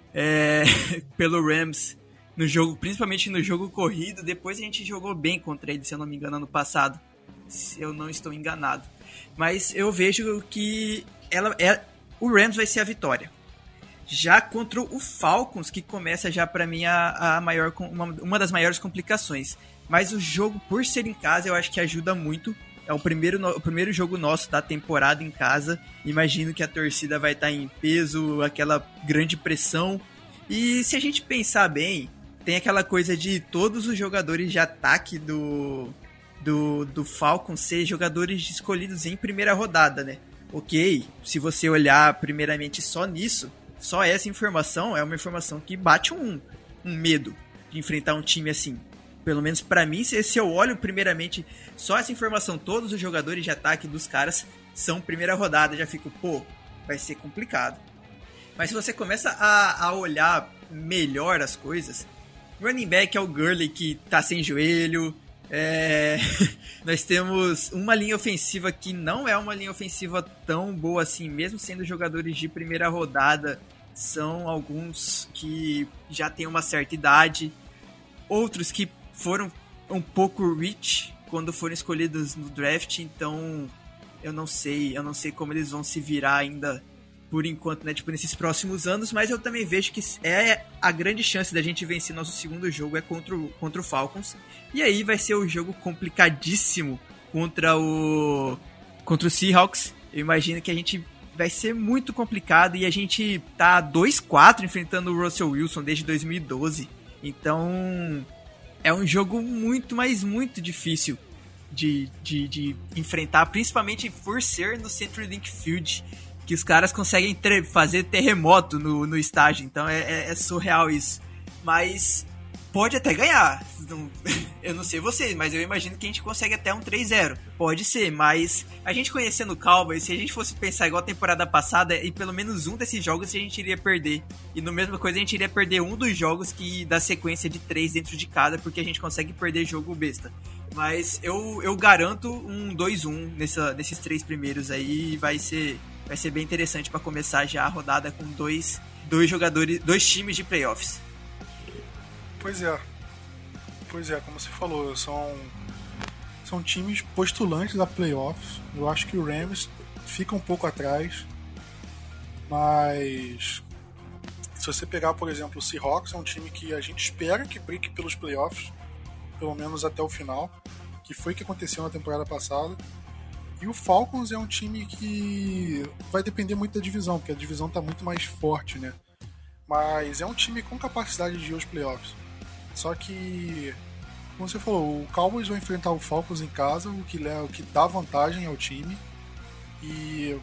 pelo Rams, principalmente no jogo corrido, depois a gente jogou bem contra ele, se eu não me engano, ano passado. Se eu não estou enganado. Mas eu vejo que o Rams vai ser a vitória. Já contra o Falcons, que começa já para mim uma das maiores complicações. Mas o jogo, por ser em casa, eu acho que ajuda muito. É o primeiro jogo nosso da temporada em casa. Imagino que a torcida vai estar em peso, aquela grande pressão. E se a gente pensar bem, tem aquela coisa de todos os jogadores de ataque do Falcons ser jogadores escolhidos em primeira rodada, né? Ok, se você olhar primeiramente só nisso, só essa informação é uma informação que bate um medo de enfrentar um time assim. Pelo menos pra mim, se eu olho primeiramente só essa informação, todos os jogadores de ataque dos caras são primeira rodada, já fico, vai ser complicado. Mas se você começa a olhar melhor as coisas, running back é o Gurley que tá sem joelho, nós temos uma linha ofensiva que não é uma linha ofensiva tão boa assim, mesmo sendo jogadores de primeira rodada, são alguns que já têm uma certa idade, outros que foram um pouco rich quando foram escolhidos no draft, então eu não sei como eles vão se virar ainda por enquanto, né, nesses próximos anos, mas eu também vejo que a grande chance da gente vencer nosso segundo jogo é contra o Falcons, e aí vai ser o jogo complicadíssimo contra o Seahawks. Eu imagino que a gente vai ser muito complicado, e a gente tá 2-4 enfrentando o Russell Wilson desde 2012, então é um jogo muito, mas muito difícil de enfrentar, principalmente por ser no CenturyLink Field, que os caras conseguem fazer terremoto no estádio, então é surreal isso. Mas pode até ganhar. Eu não sei vocês, mas eu imagino que a gente consegue até um 3-0. Pode ser, mas a gente conhecendo o Cowboys, se a gente fosse pensar igual a temporada passada, em pelo menos um desses jogos a gente iria perder. E no mesma coisa a gente iria perder um dos jogos que dá sequência de 3 dentro de cada, porque a gente consegue perder jogo besta. Mas eu garanto um 2-1 nesses 3 primeiros aí. Vai ser bem interessante para começar já a rodada com dois times de playoffs. Pois é, como você falou, são times postulantes a playoffs. Eu acho que o Rams fica um pouco atrás, mas se você pegar, por exemplo, o Seahawks, é um time que a gente espera que brigue pelos playoffs, pelo menos até o final, que foi o que aconteceu na temporada passada. E o Falcons é um time que vai depender muito da divisão, porque a divisão está muito mais forte, né? Mas é um time com capacidade de ir aos playoffs. Só que, como você falou, o Cowboys vai enfrentar o Falcons em casa, o que dá vantagem ao time. E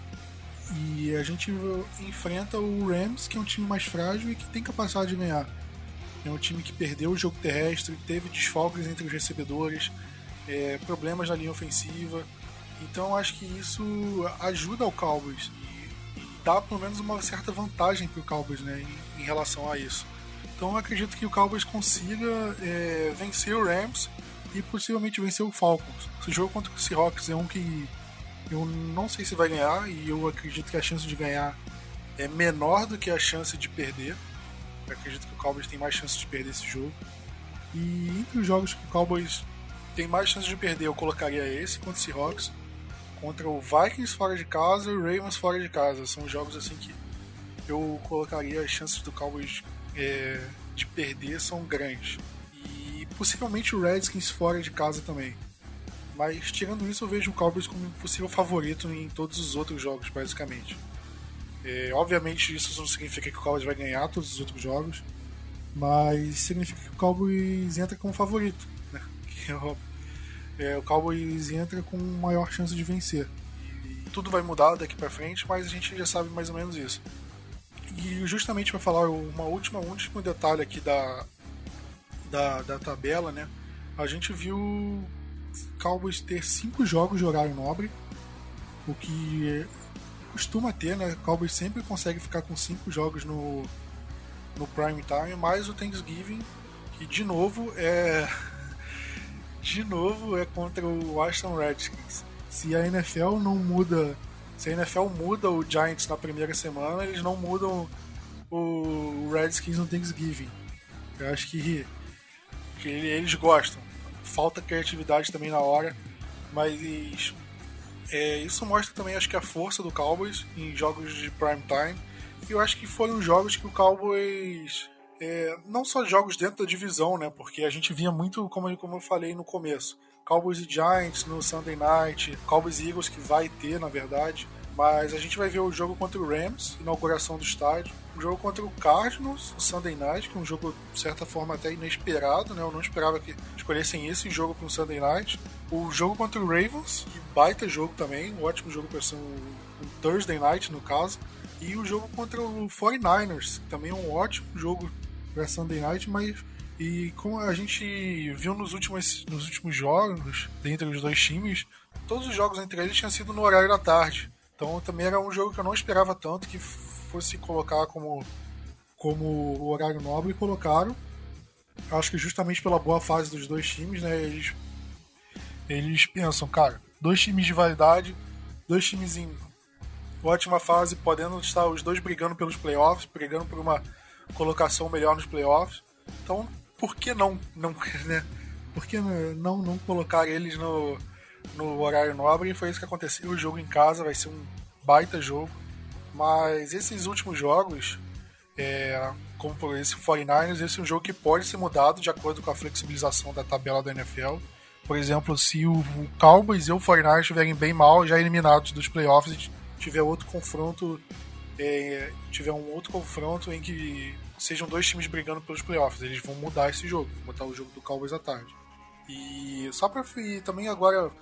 a gente enfrenta o Rams, que é um time mais frágil e que tem capacidade de ganhar. É um time que perdeu o jogo terrestre, teve desfalques entre os recebedores, problemas na linha ofensiva. Então acho que isso ajuda o Cowboys e dá pelo menos uma certa vantagem para o Cowboys, né, em relação a isso. Então eu acredito que o Cowboys consiga vencer o Rams e possivelmente vencer o Falcons. Esse jogo contra o Seahawks é um que eu não sei se vai ganhar, e eu acredito que a chance de ganhar é menor do que a chance de perder. Eu acredito que o Cowboys tem mais chance de perder esse jogo. E entre os jogos que o Cowboys tem mais chance de perder, eu colocaria esse contra o Seahawks, contra o Vikings fora de casa e o Ravens fora de casa. São jogos assim que eu colocaria as chances do Cowboys de perder são grandes. E possivelmente o Redskins fora de casa também. Mas tirando isso, eu vejo o Cowboys como um possível favorito em todos os outros jogos, basicamente. Obviamente isso não significa que o Cowboys vai ganhar todos os outros jogos, mas significa que o Cowboys entra como favorito, né? O Cowboys entra com maior chance de vencer. E tudo vai mudar daqui pra frente, mas a gente já sabe mais ou menos isso. E justamente para falar um último detalhe aqui da tabela, né? A gente viu o Cowboys ter 5 jogos de horário nobre, o que costuma ter, né? O Cowboys sempre consegue ficar com 5 jogos no prime time, mais o Thanksgiving, que de novo é contra o Washington Redskins. Se a NFL muda o Giants na primeira semana, eles não mudam o Redskins no Thanksgiving. Eu acho que eles gostam. Falta criatividade também na hora, mas isso mostra também, acho que, a força do Cowboys em jogos de prime time. E eu acho que foram jogos que o Cowboys, não só jogos dentro da divisão, né? Porque a gente via muito, como eu falei no começo, Cowboys e Giants no Sunday Night, Cowboys e Eagles, que vai ter, na verdade. Mas a gente vai ver o jogo contra o Rams, inauguração do estádio. O jogo contra o Cardinals, o Sunday Night, que é um jogo, de certa forma, até inesperado, né? Eu não esperava que escolhessem esse jogo para um Sunday Night. O jogo contra o Ravens, que baita jogo também, um ótimo jogo para ser um Thursday Night, no caso. E o jogo contra o 49ers, que também é um ótimo jogo para Sunday Night, mas... E como a gente viu nos últimos jogos, dentre os dois times, todos os jogos entre eles tinham sido no horário da tarde. Então também era um jogo que eu não esperava tanto que fosse colocar como horário nobre, e colocaram. Acho que justamente pela boa fase dos dois times, né? Eles pensam, cara, 2 times de validade, 2 times em ótima fase, podendo estar os dois brigando pelos playoffs, brigando por uma colocação melhor nos playoffs. Então, por que não né? Por que não colocar eles no horário nobre? E foi isso que aconteceu. O jogo em casa vai ser um baita jogo, mas esses últimos jogos, como por esse 49ers, esse é um jogo que pode ser mudado de acordo com a flexibilização da tabela da NFL. Por exemplo, se o Cowboys e o 49ers estiverem bem mal, já eliminados dos playoffs, e tiver outro confronto, um outro confronto em que sejam 2 times brigando pelos playoffs, eles vão mudar esse jogo, vão botar o jogo do Cowboys à tarde. E só também agora,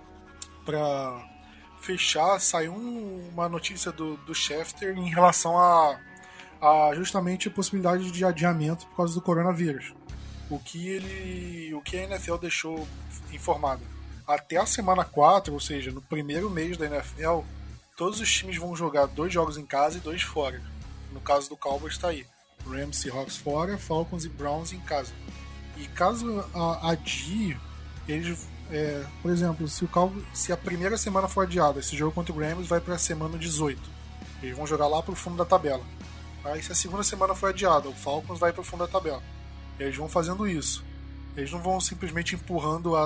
para fechar, saiu uma notícia do Schefter em relação a justamente a possibilidade de adiamento por causa do coronavírus. o que a NFL deixou informado. Até a semana 4, ou seja, no primeiro mês da NFL, todos os times vão jogar 2 jogos em casa e 2 fora. No caso do Cowboys está aí. Rams e Seahawks fora, Falcons e Browns em casa. E caso adie, eles, por exemplo, se a primeira semana for adiada, esse jogo contra o Rams vai para a semana 18. Eles vão jogar lá para o fundo da tabela. Aí se a segunda semana for adiada, o Falcons vai para o fundo da tabela. Eles vão fazendo isso. Eles não vão simplesmente empurrando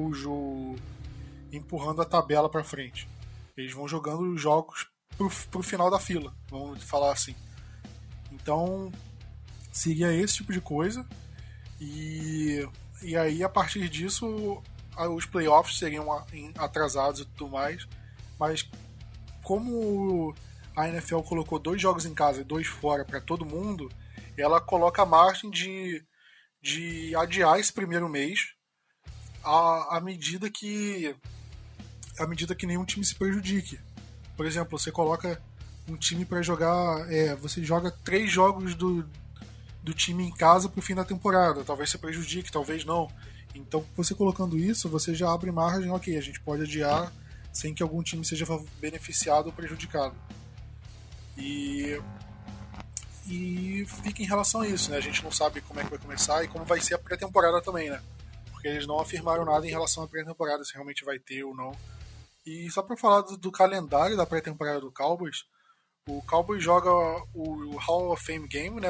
a tabela para frente. Eles vão jogando os jogos pro final da fila, vamos falar assim. Então, seria esse tipo de coisa. E aí, a partir disso, os playoffs seriam atrasados e tudo mais. Mas, como a NFL colocou 2 jogos em casa e 2 fora para todo mundo, ela coloca a margem de adiar esse primeiro mês à medida que nenhum time se prejudique. Por exemplo, você coloca um time para jogar, você joga 3 jogos do time em casa pro fim da temporada, talvez se prejudique, talvez não. Então, você colocando isso, você já abre margem, ok, a gente pode adiar sem que algum time seja beneficiado ou prejudicado. E fica em relação a isso, né? A gente não sabe como é que vai começar e como vai ser a pré-temporada também, né? Porque eles não afirmaram nada em relação à pré-temporada, se realmente vai ter ou não. E só para falar do calendário da pré-temporada do Cowboys, o Cowboys joga o Hall of Fame Game, né,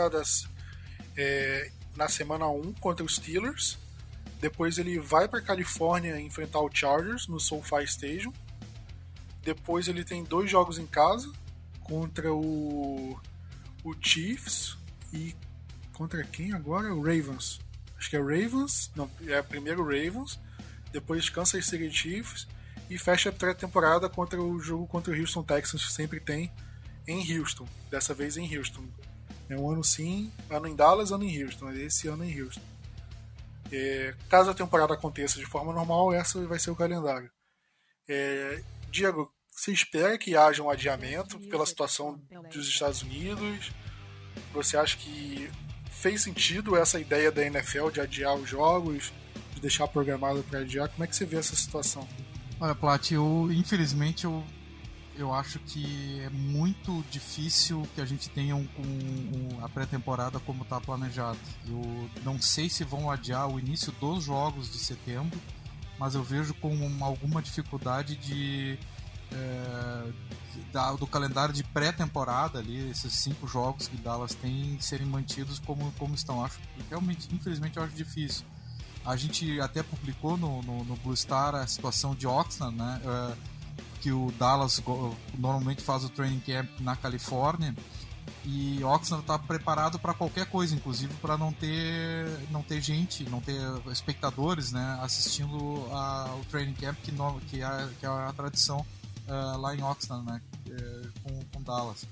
na semana 1 contra os Steelers. Depois ele vai para Califórnia enfrentar o Chargers no SoFi Stadium. Depois ele tem 2 jogos em casa contra o Chiefs e contra quem agora? O Ravens. Acho que é Ravens. Não, primeiro Ravens, depois Kansas City Chiefs e fecha a pré-temporada contra o jogo contra o Houston Texans, que sempre tem em Houston. Dessa vez em Houston. É um ano sim, ano em Dallas, ano em Houston. Esse ano em Houston. Caso a temporada aconteça de forma normal, essa vai ser o calendário. Diego, você espera que haja um adiamento pela situação dos Estados Unidos? Você acha que fez sentido essa ideia da NFL de adiar os jogos, de deixar programado para adiar? Como é que você vê essa situação? Olha, Plat, infelizmente eu acho que é muito difícil que a gente tenha a pré-temporada como está planejado. Eu não sei se vão adiar o início dos jogos de setembro, mas eu vejo com alguma dificuldade do calendário de pré-temporada ali, esses 5 jogos que Dallas tem, serem mantidos como estão. Acho que realmente, infelizmente, eu acho difícil. A gente até publicou no Blue Star a situação de Oxnard, né? Que o Dallas normalmente faz o training camp na Califórnia e Oxnard está preparado para qualquer coisa, inclusive para não ter gente, não ter espectadores, né, assistindo o training camp que é a tradição lá em Oxnard, né, com Dallas.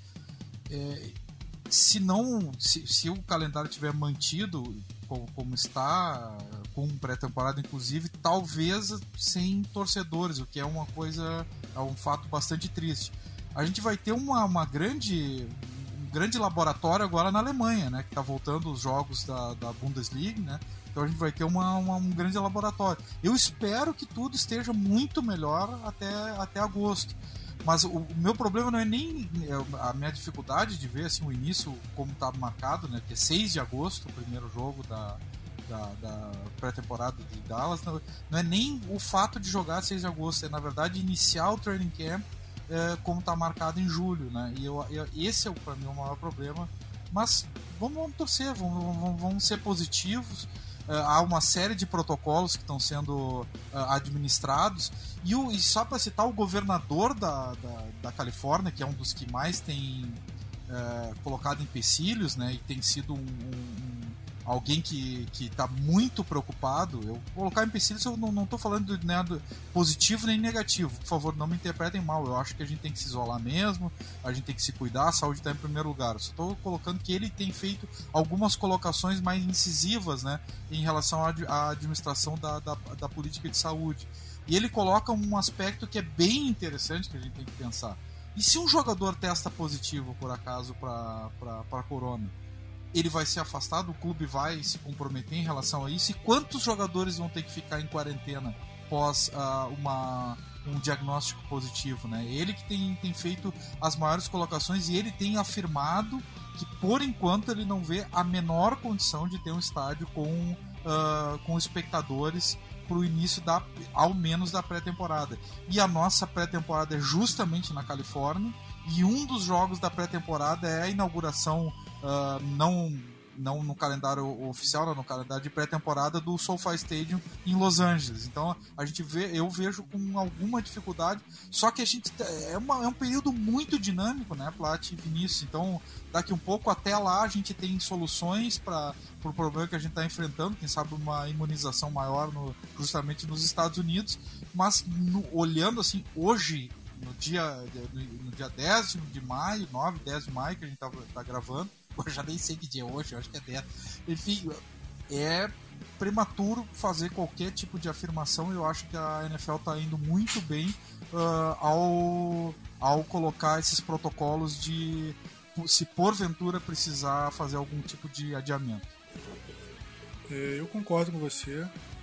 Se o calendário tiver mantido como está, com pré-temporada inclusive, talvez sem torcedores, o que é um fato bastante triste. A gente vai ter um grande laboratório agora na Alemanha, né, que está voltando os jogos da Bundesliga, né, então a gente vai ter um grande laboratório. Eu espero que tudo esteja muito melhor até agosto. Mas o meu problema não é nem a minha dificuldade de ver assim, o início como está marcado, né, que é 6 de agosto, o primeiro jogo da pré-temporada de Dallas. Não é nem o fato de jogar 6 de agosto, é na verdade iniciar o training camp como está marcado em julho, né? E esse é para mim o maior problema. Mas vamos torcer, vamos ser positivos. Há uma série de protocolos que estão sendo administrados e só para citar, o governador da Califórnia, que é um dos que mais tem colocado empecilhos, né, e tem sido alguém que está muito preocupado. Eu colocar empecilhos, eu não estou falando de nada positivo nem negativo, por favor, não me interpretem mal. Eu acho que a gente tem que se isolar mesmo, a gente tem que se cuidar, a saúde está em primeiro lugar. Eu só estou colocando que ele tem feito algumas colocações mais incisivas, né, em relação à administração da política de saúde. E ele coloca um aspecto que é bem interessante, que a gente tem que pensar. E se um jogador testa positivo, por acaso, para corona? ele vai ser afastado, o clube vai se comprometer em relação a isso, e quantos jogadores vão ter que ficar em quarentena após um diagnóstico positivo, né? Ele que tem feito as maiores colocações, e ele tem afirmado que por enquanto ele não vê a menor condição de ter um estádio com espectadores para o início ao menos da pré-temporada. E a nossa pré-temporada é justamente na Califórnia, e um dos jogos da pré-temporada é a inauguração, não no calendário oficial, não, no calendário de pré-temporada do SoFi Stadium em Los Angeles. Então eu vejo com alguma dificuldade, só que é um período muito dinâmico, né, Plat e Vinícius? Então daqui um pouco até lá a gente tem soluções para o problema que a gente está enfrentando, quem sabe uma imunização maior justamente nos Estados Unidos, mas olhando assim, hoje, no dia 10 de maio, 9, 10 de maio que a gente tá gravando, eu já nem sei que dia é hoje, eu acho que é 10. Enfim, é prematuro fazer qualquer tipo de afirmação. Eu acho que a NFL está indo muito bem ao colocar esses protocolos de, se porventura precisar fazer algum tipo de adiamento. Eu concordo com você.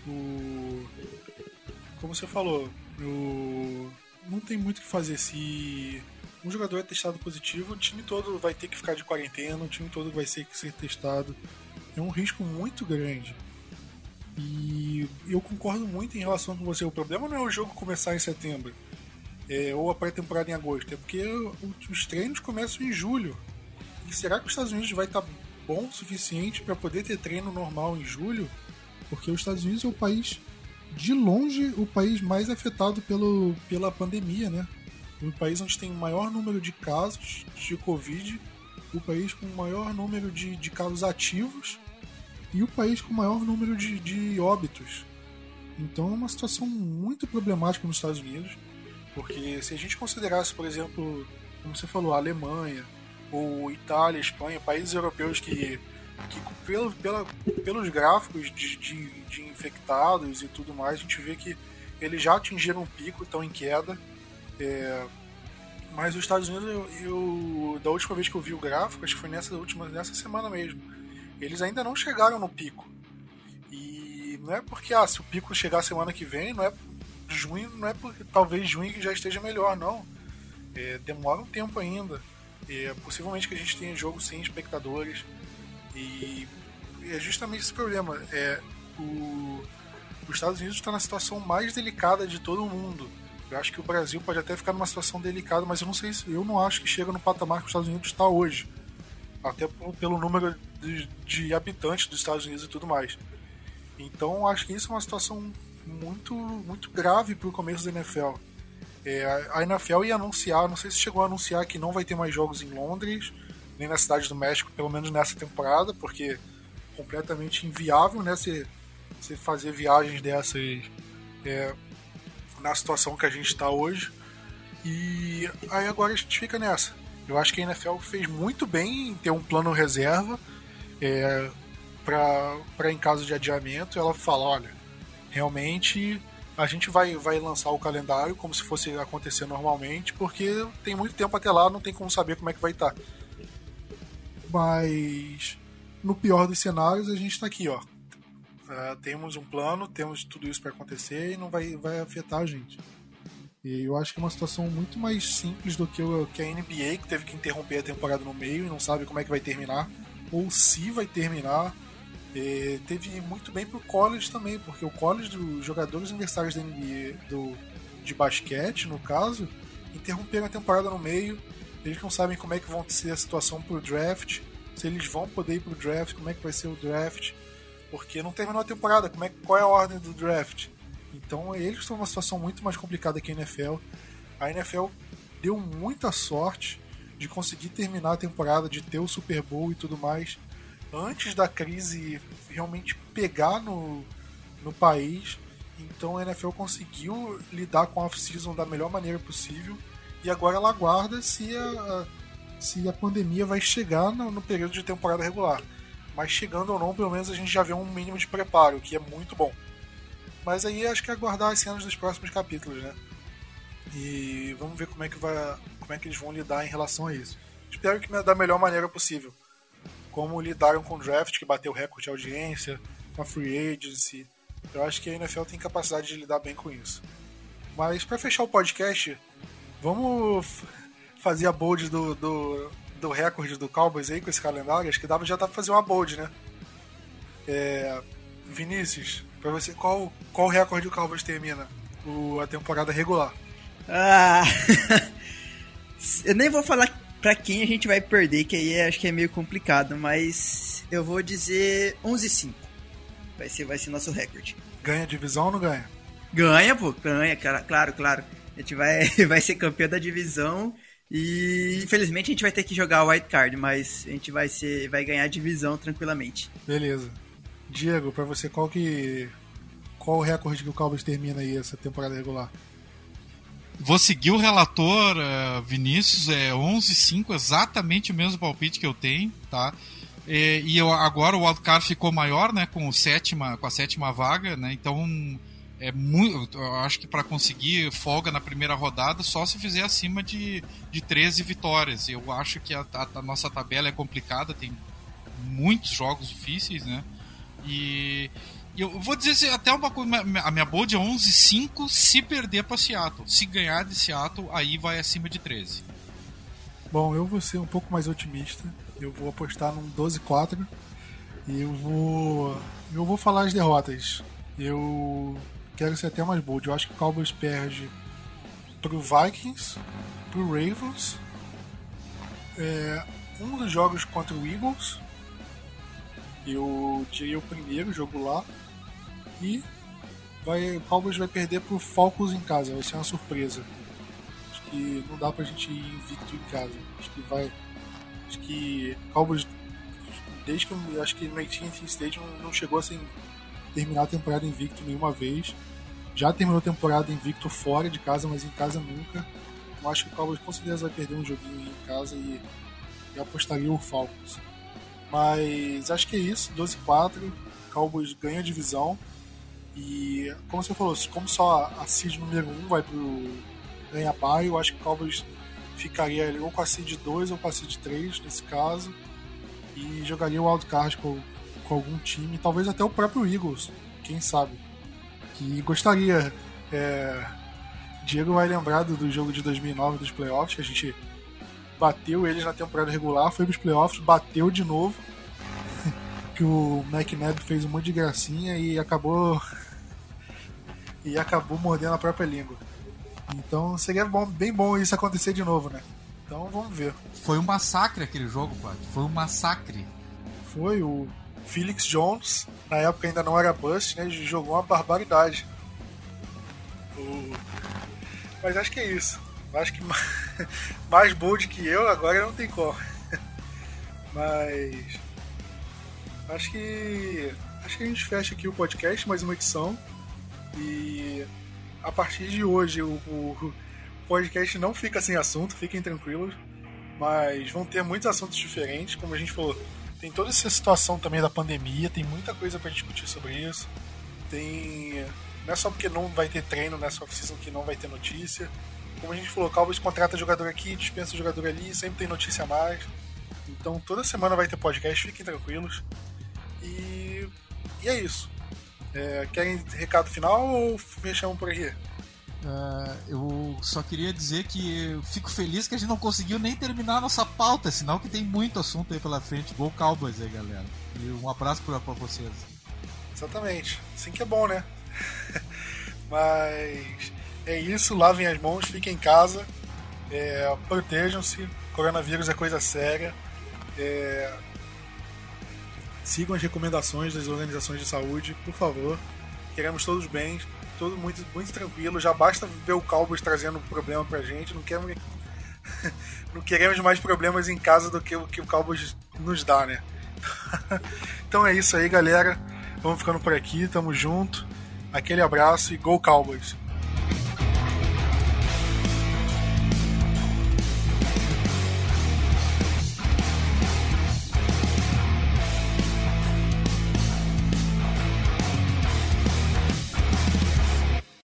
Como você falou, não tem muito o que fazer. Se um jogador é testado positivo, o time todo vai ter que ficar de quarentena, o time todo vai ter que ser testado. É um risco muito grande. E eu concordo muito em relação com você. O problema não é o jogo começar em setembro, ou a pré-temporada em agosto, é porque os treinos começam em julho. E será que os Estados Unidos vai estar bom o suficiente para poder ter treino normal em julho? Porque os Estados Unidos é o país, de longe, o país mais afetado pela pandemia, né? O país onde tem o maior número de casos de Covid, o país com o maior número de casos ativos e o país com o maior número de óbitos. Então é uma situação muito problemática nos Estados Unidos, porque se a gente considerasse, por exemplo, como você falou, a Alemanha, ou Itália, Espanha, países europeus que pelos gráficos de infectados e tudo mais, a gente vê que eles já atingiram um pico, estão em queda. Mas os Estados Unidos, da última vez que eu vi o gráfico, acho que foi nessa semana mesmo, eles ainda não chegaram no pico. E não é porque se o pico chegar semana que vem, não é porque talvez junho já esteja melhor, não. Demora um tempo ainda. Possivelmente que a gente tenha jogo sem espectadores. E é justamente esse problema. Os Estados Unidos está na situação mais delicada de todo o mundo. Eu acho que o Brasil pode até ficar numa situação delicada, mas eu não acho que chega no patamar que os Estados Unidos está hoje. Até pelo número de habitantes dos Estados Unidos e tudo mais. Então acho que isso é uma situação muito, muito grave para o começo da NFL. A NFL ia anunciar, não sei se chegou a anunciar que não vai ter mais jogos em Londres, nem na Cidade do México, pelo menos nessa temporada, porque é completamente inviável, né, você fazer viagens dessas na situação que a gente está hoje. E aí agora a gente fica nessa. Eu acho que a NFL fez muito bem em ter um plano reserva para em caso de adiamento. Ela fala, olha, realmente a gente vai lançar o calendário como se fosse acontecer normalmente, porque tem muito tempo até lá, não tem como saber como é que vai estar. Mas no pior dos cenários a gente está aqui, ó. Temos um plano, temos tudo isso para acontecer e não vai afetar a gente. E eu acho que é uma situação muito mais simples do que a NBA, que teve que interromper a temporada no meio e não sabe como é que vai terminar, ou se vai terminar. Teve muito bem pro college também, porque o college dos jogadores universitários da NBA, de basquete, no caso, interromperam a temporada no meio. Eles não sabem como é que vão ser a situação pro draft, se eles vão poder ir pro draft, como é que vai ser o draft, porque não terminou a temporada, qual é a ordem do draft? Então eles estão numa situação muito mais complicada que a NFL. A NFL deu muita sorte de conseguir terminar a temporada, de ter o Super Bowl e tudo mais, antes da crise realmente pegar no país. Então a NFL conseguiu lidar com a off-season da melhor maneira possível, e agora ela aguarda se a pandemia vai chegar no período de temporada regular. Mas chegando ou não, pelo menos a gente já vê um mínimo de preparo, que é muito bom. Mas aí acho que é aguardar as cenas dos próximos capítulos, né? E vamos ver como é que eles vão lidar em relação a isso. Espero que da melhor maneira possível. como lidaram com o draft, que bateu recorde de audiência, com a free agency. Eu acho que a NFL tem capacidade de lidar bem com isso. Mas para fechar o podcast, vamos fazer a bold do recorde do Cowboys aí com esse calendário. Acho que já dá pra fazer uma bold, né? Vinícius, pra você, qual recorde o Cowboys termina a temporada regular? Eu nem vou falar pra quem a gente vai perder, que aí acho que é meio complicado, mas eu vou dizer 11-5. Vai ser nosso recorde. Ganha a divisão ou não ganha? Ganha, pô, ganha, claro. A gente vai ser campeão da divisão e infelizmente a gente vai ter que jogar o wild card, mas a gente vai ganhar a divisão tranquilamente. Beleza. Diego, pra você, qual o recorde que o Cowboys termina aí essa temporada regular? Vou seguir o relator, Vinícius, 11-5, exatamente o mesmo palpite que eu tenho, tá? Agora o wildcard ficou maior, né, com a sétima vaga, né? Então eu acho que para conseguir folga na primeira rodada só se fizer acima de 13 vitórias. Eu acho que a nossa tabela é complicada, tem muitos jogos difíceis, né? E eu vou dizer até uma coisa, a minha bold é 11-5 se perder para Seattle. Se ganhar de Seattle, aí vai acima de 13. Bom, eu vou ser um pouco mais otimista. Eu vou apostar num 12-4 e eu vou falar as derrotas. Eu quero ser até mais bold. Eu acho que o Cowboys perde pro Vikings, pro Ravens, um dos jogos contra o Eagles, eu diria o primeiro jogo lá, e o Cowboys vai perder pro Falcons em casa. Vai ser uma surpresa. Acho que não dá pra gente ir invicto em casa. Acho que o Cowboys, desde que eu acho que no AT&T Stadium não chegou a terminar a temporada invicto nenhuma vez. Já terminou a temporada invicto fora de casa, mas em casa nunca. Eu acho que o Cowboys com certeza vai perder um joguinho em casa e apostaria o Falcons. Mas acho que é isso, 12-4, Cowboys ganha a divisão. E como você falou, como só a seed número 1 vai pro ganhar bye, eu acho que o Cowboys ficaria ali ou com a seed 2 ou com a seed 3 nesse caso, e jogaria o wildcard com algum time, talvez até o próprio Eagles, quem sabe, que gostaria. Diego vai lembrar do jogo de 2009 dos playoffs, que a gente bateu eles na temporada regular, foi pros playoffs, bateu de novo, que o McNabb fez um monte de gracinha e acabou mordendo a própria língua. Então seria bem bom isso acontecer de novo, né? Então vamos ver. Foi um massacre aquele jogo, Pat. Foi um massacre. Foi o Felix Jones, na época ainda não era bust, né? Jogou uma barbaridade. Mas acho que é isso. Acho que mais bold que eu agora não tem como. Mas acho que a gente fecha aqui o podcast, mais uma edição. E a partir de hoje o podcast não fica sem assunto, fiquem tranquilos. Mas vão ter muitos assuntos diferentes, como a gente falou. Tem toda essa situação também da pandemia, tem muita coisa pra discutir sobre isso. Não é só porque não vai ter treino nessa off-season que não vai ter notícia. Como a gente falou, o Cowboys contrata jogador aqui, dispensa jogador ali, sempre tem notícia a mais. Então toda semana vai ter podcast, fiquem tranquilos. E é isso. Querem recado final ou fechamos por aqui? Eu só queria dizer que eu fico feliz que a gente não conseguiu nem terminar a nossa pauta, sinal que tem muito assunto aí pela frente. Gol Cowboys aí, galera. E um abraço pra vocês. Exatamente. Assim que é bom, né? Mas é isso, lavem as mãos, fiquem em casa, protejam-se, coronavírus é coisa séria, sigam as recomendações das organizações de saúde, por favor, queremos todos bem, todo muito, muito tranquilo, já basta ver o Cowboys trazendo problema pra gente, não queremos mais problemas em casa do que o Cowboys nos dá, né? Então é isso aí, galera, vamos ficando por aqui, tamo junto, aquele abraço e Go Cowboys!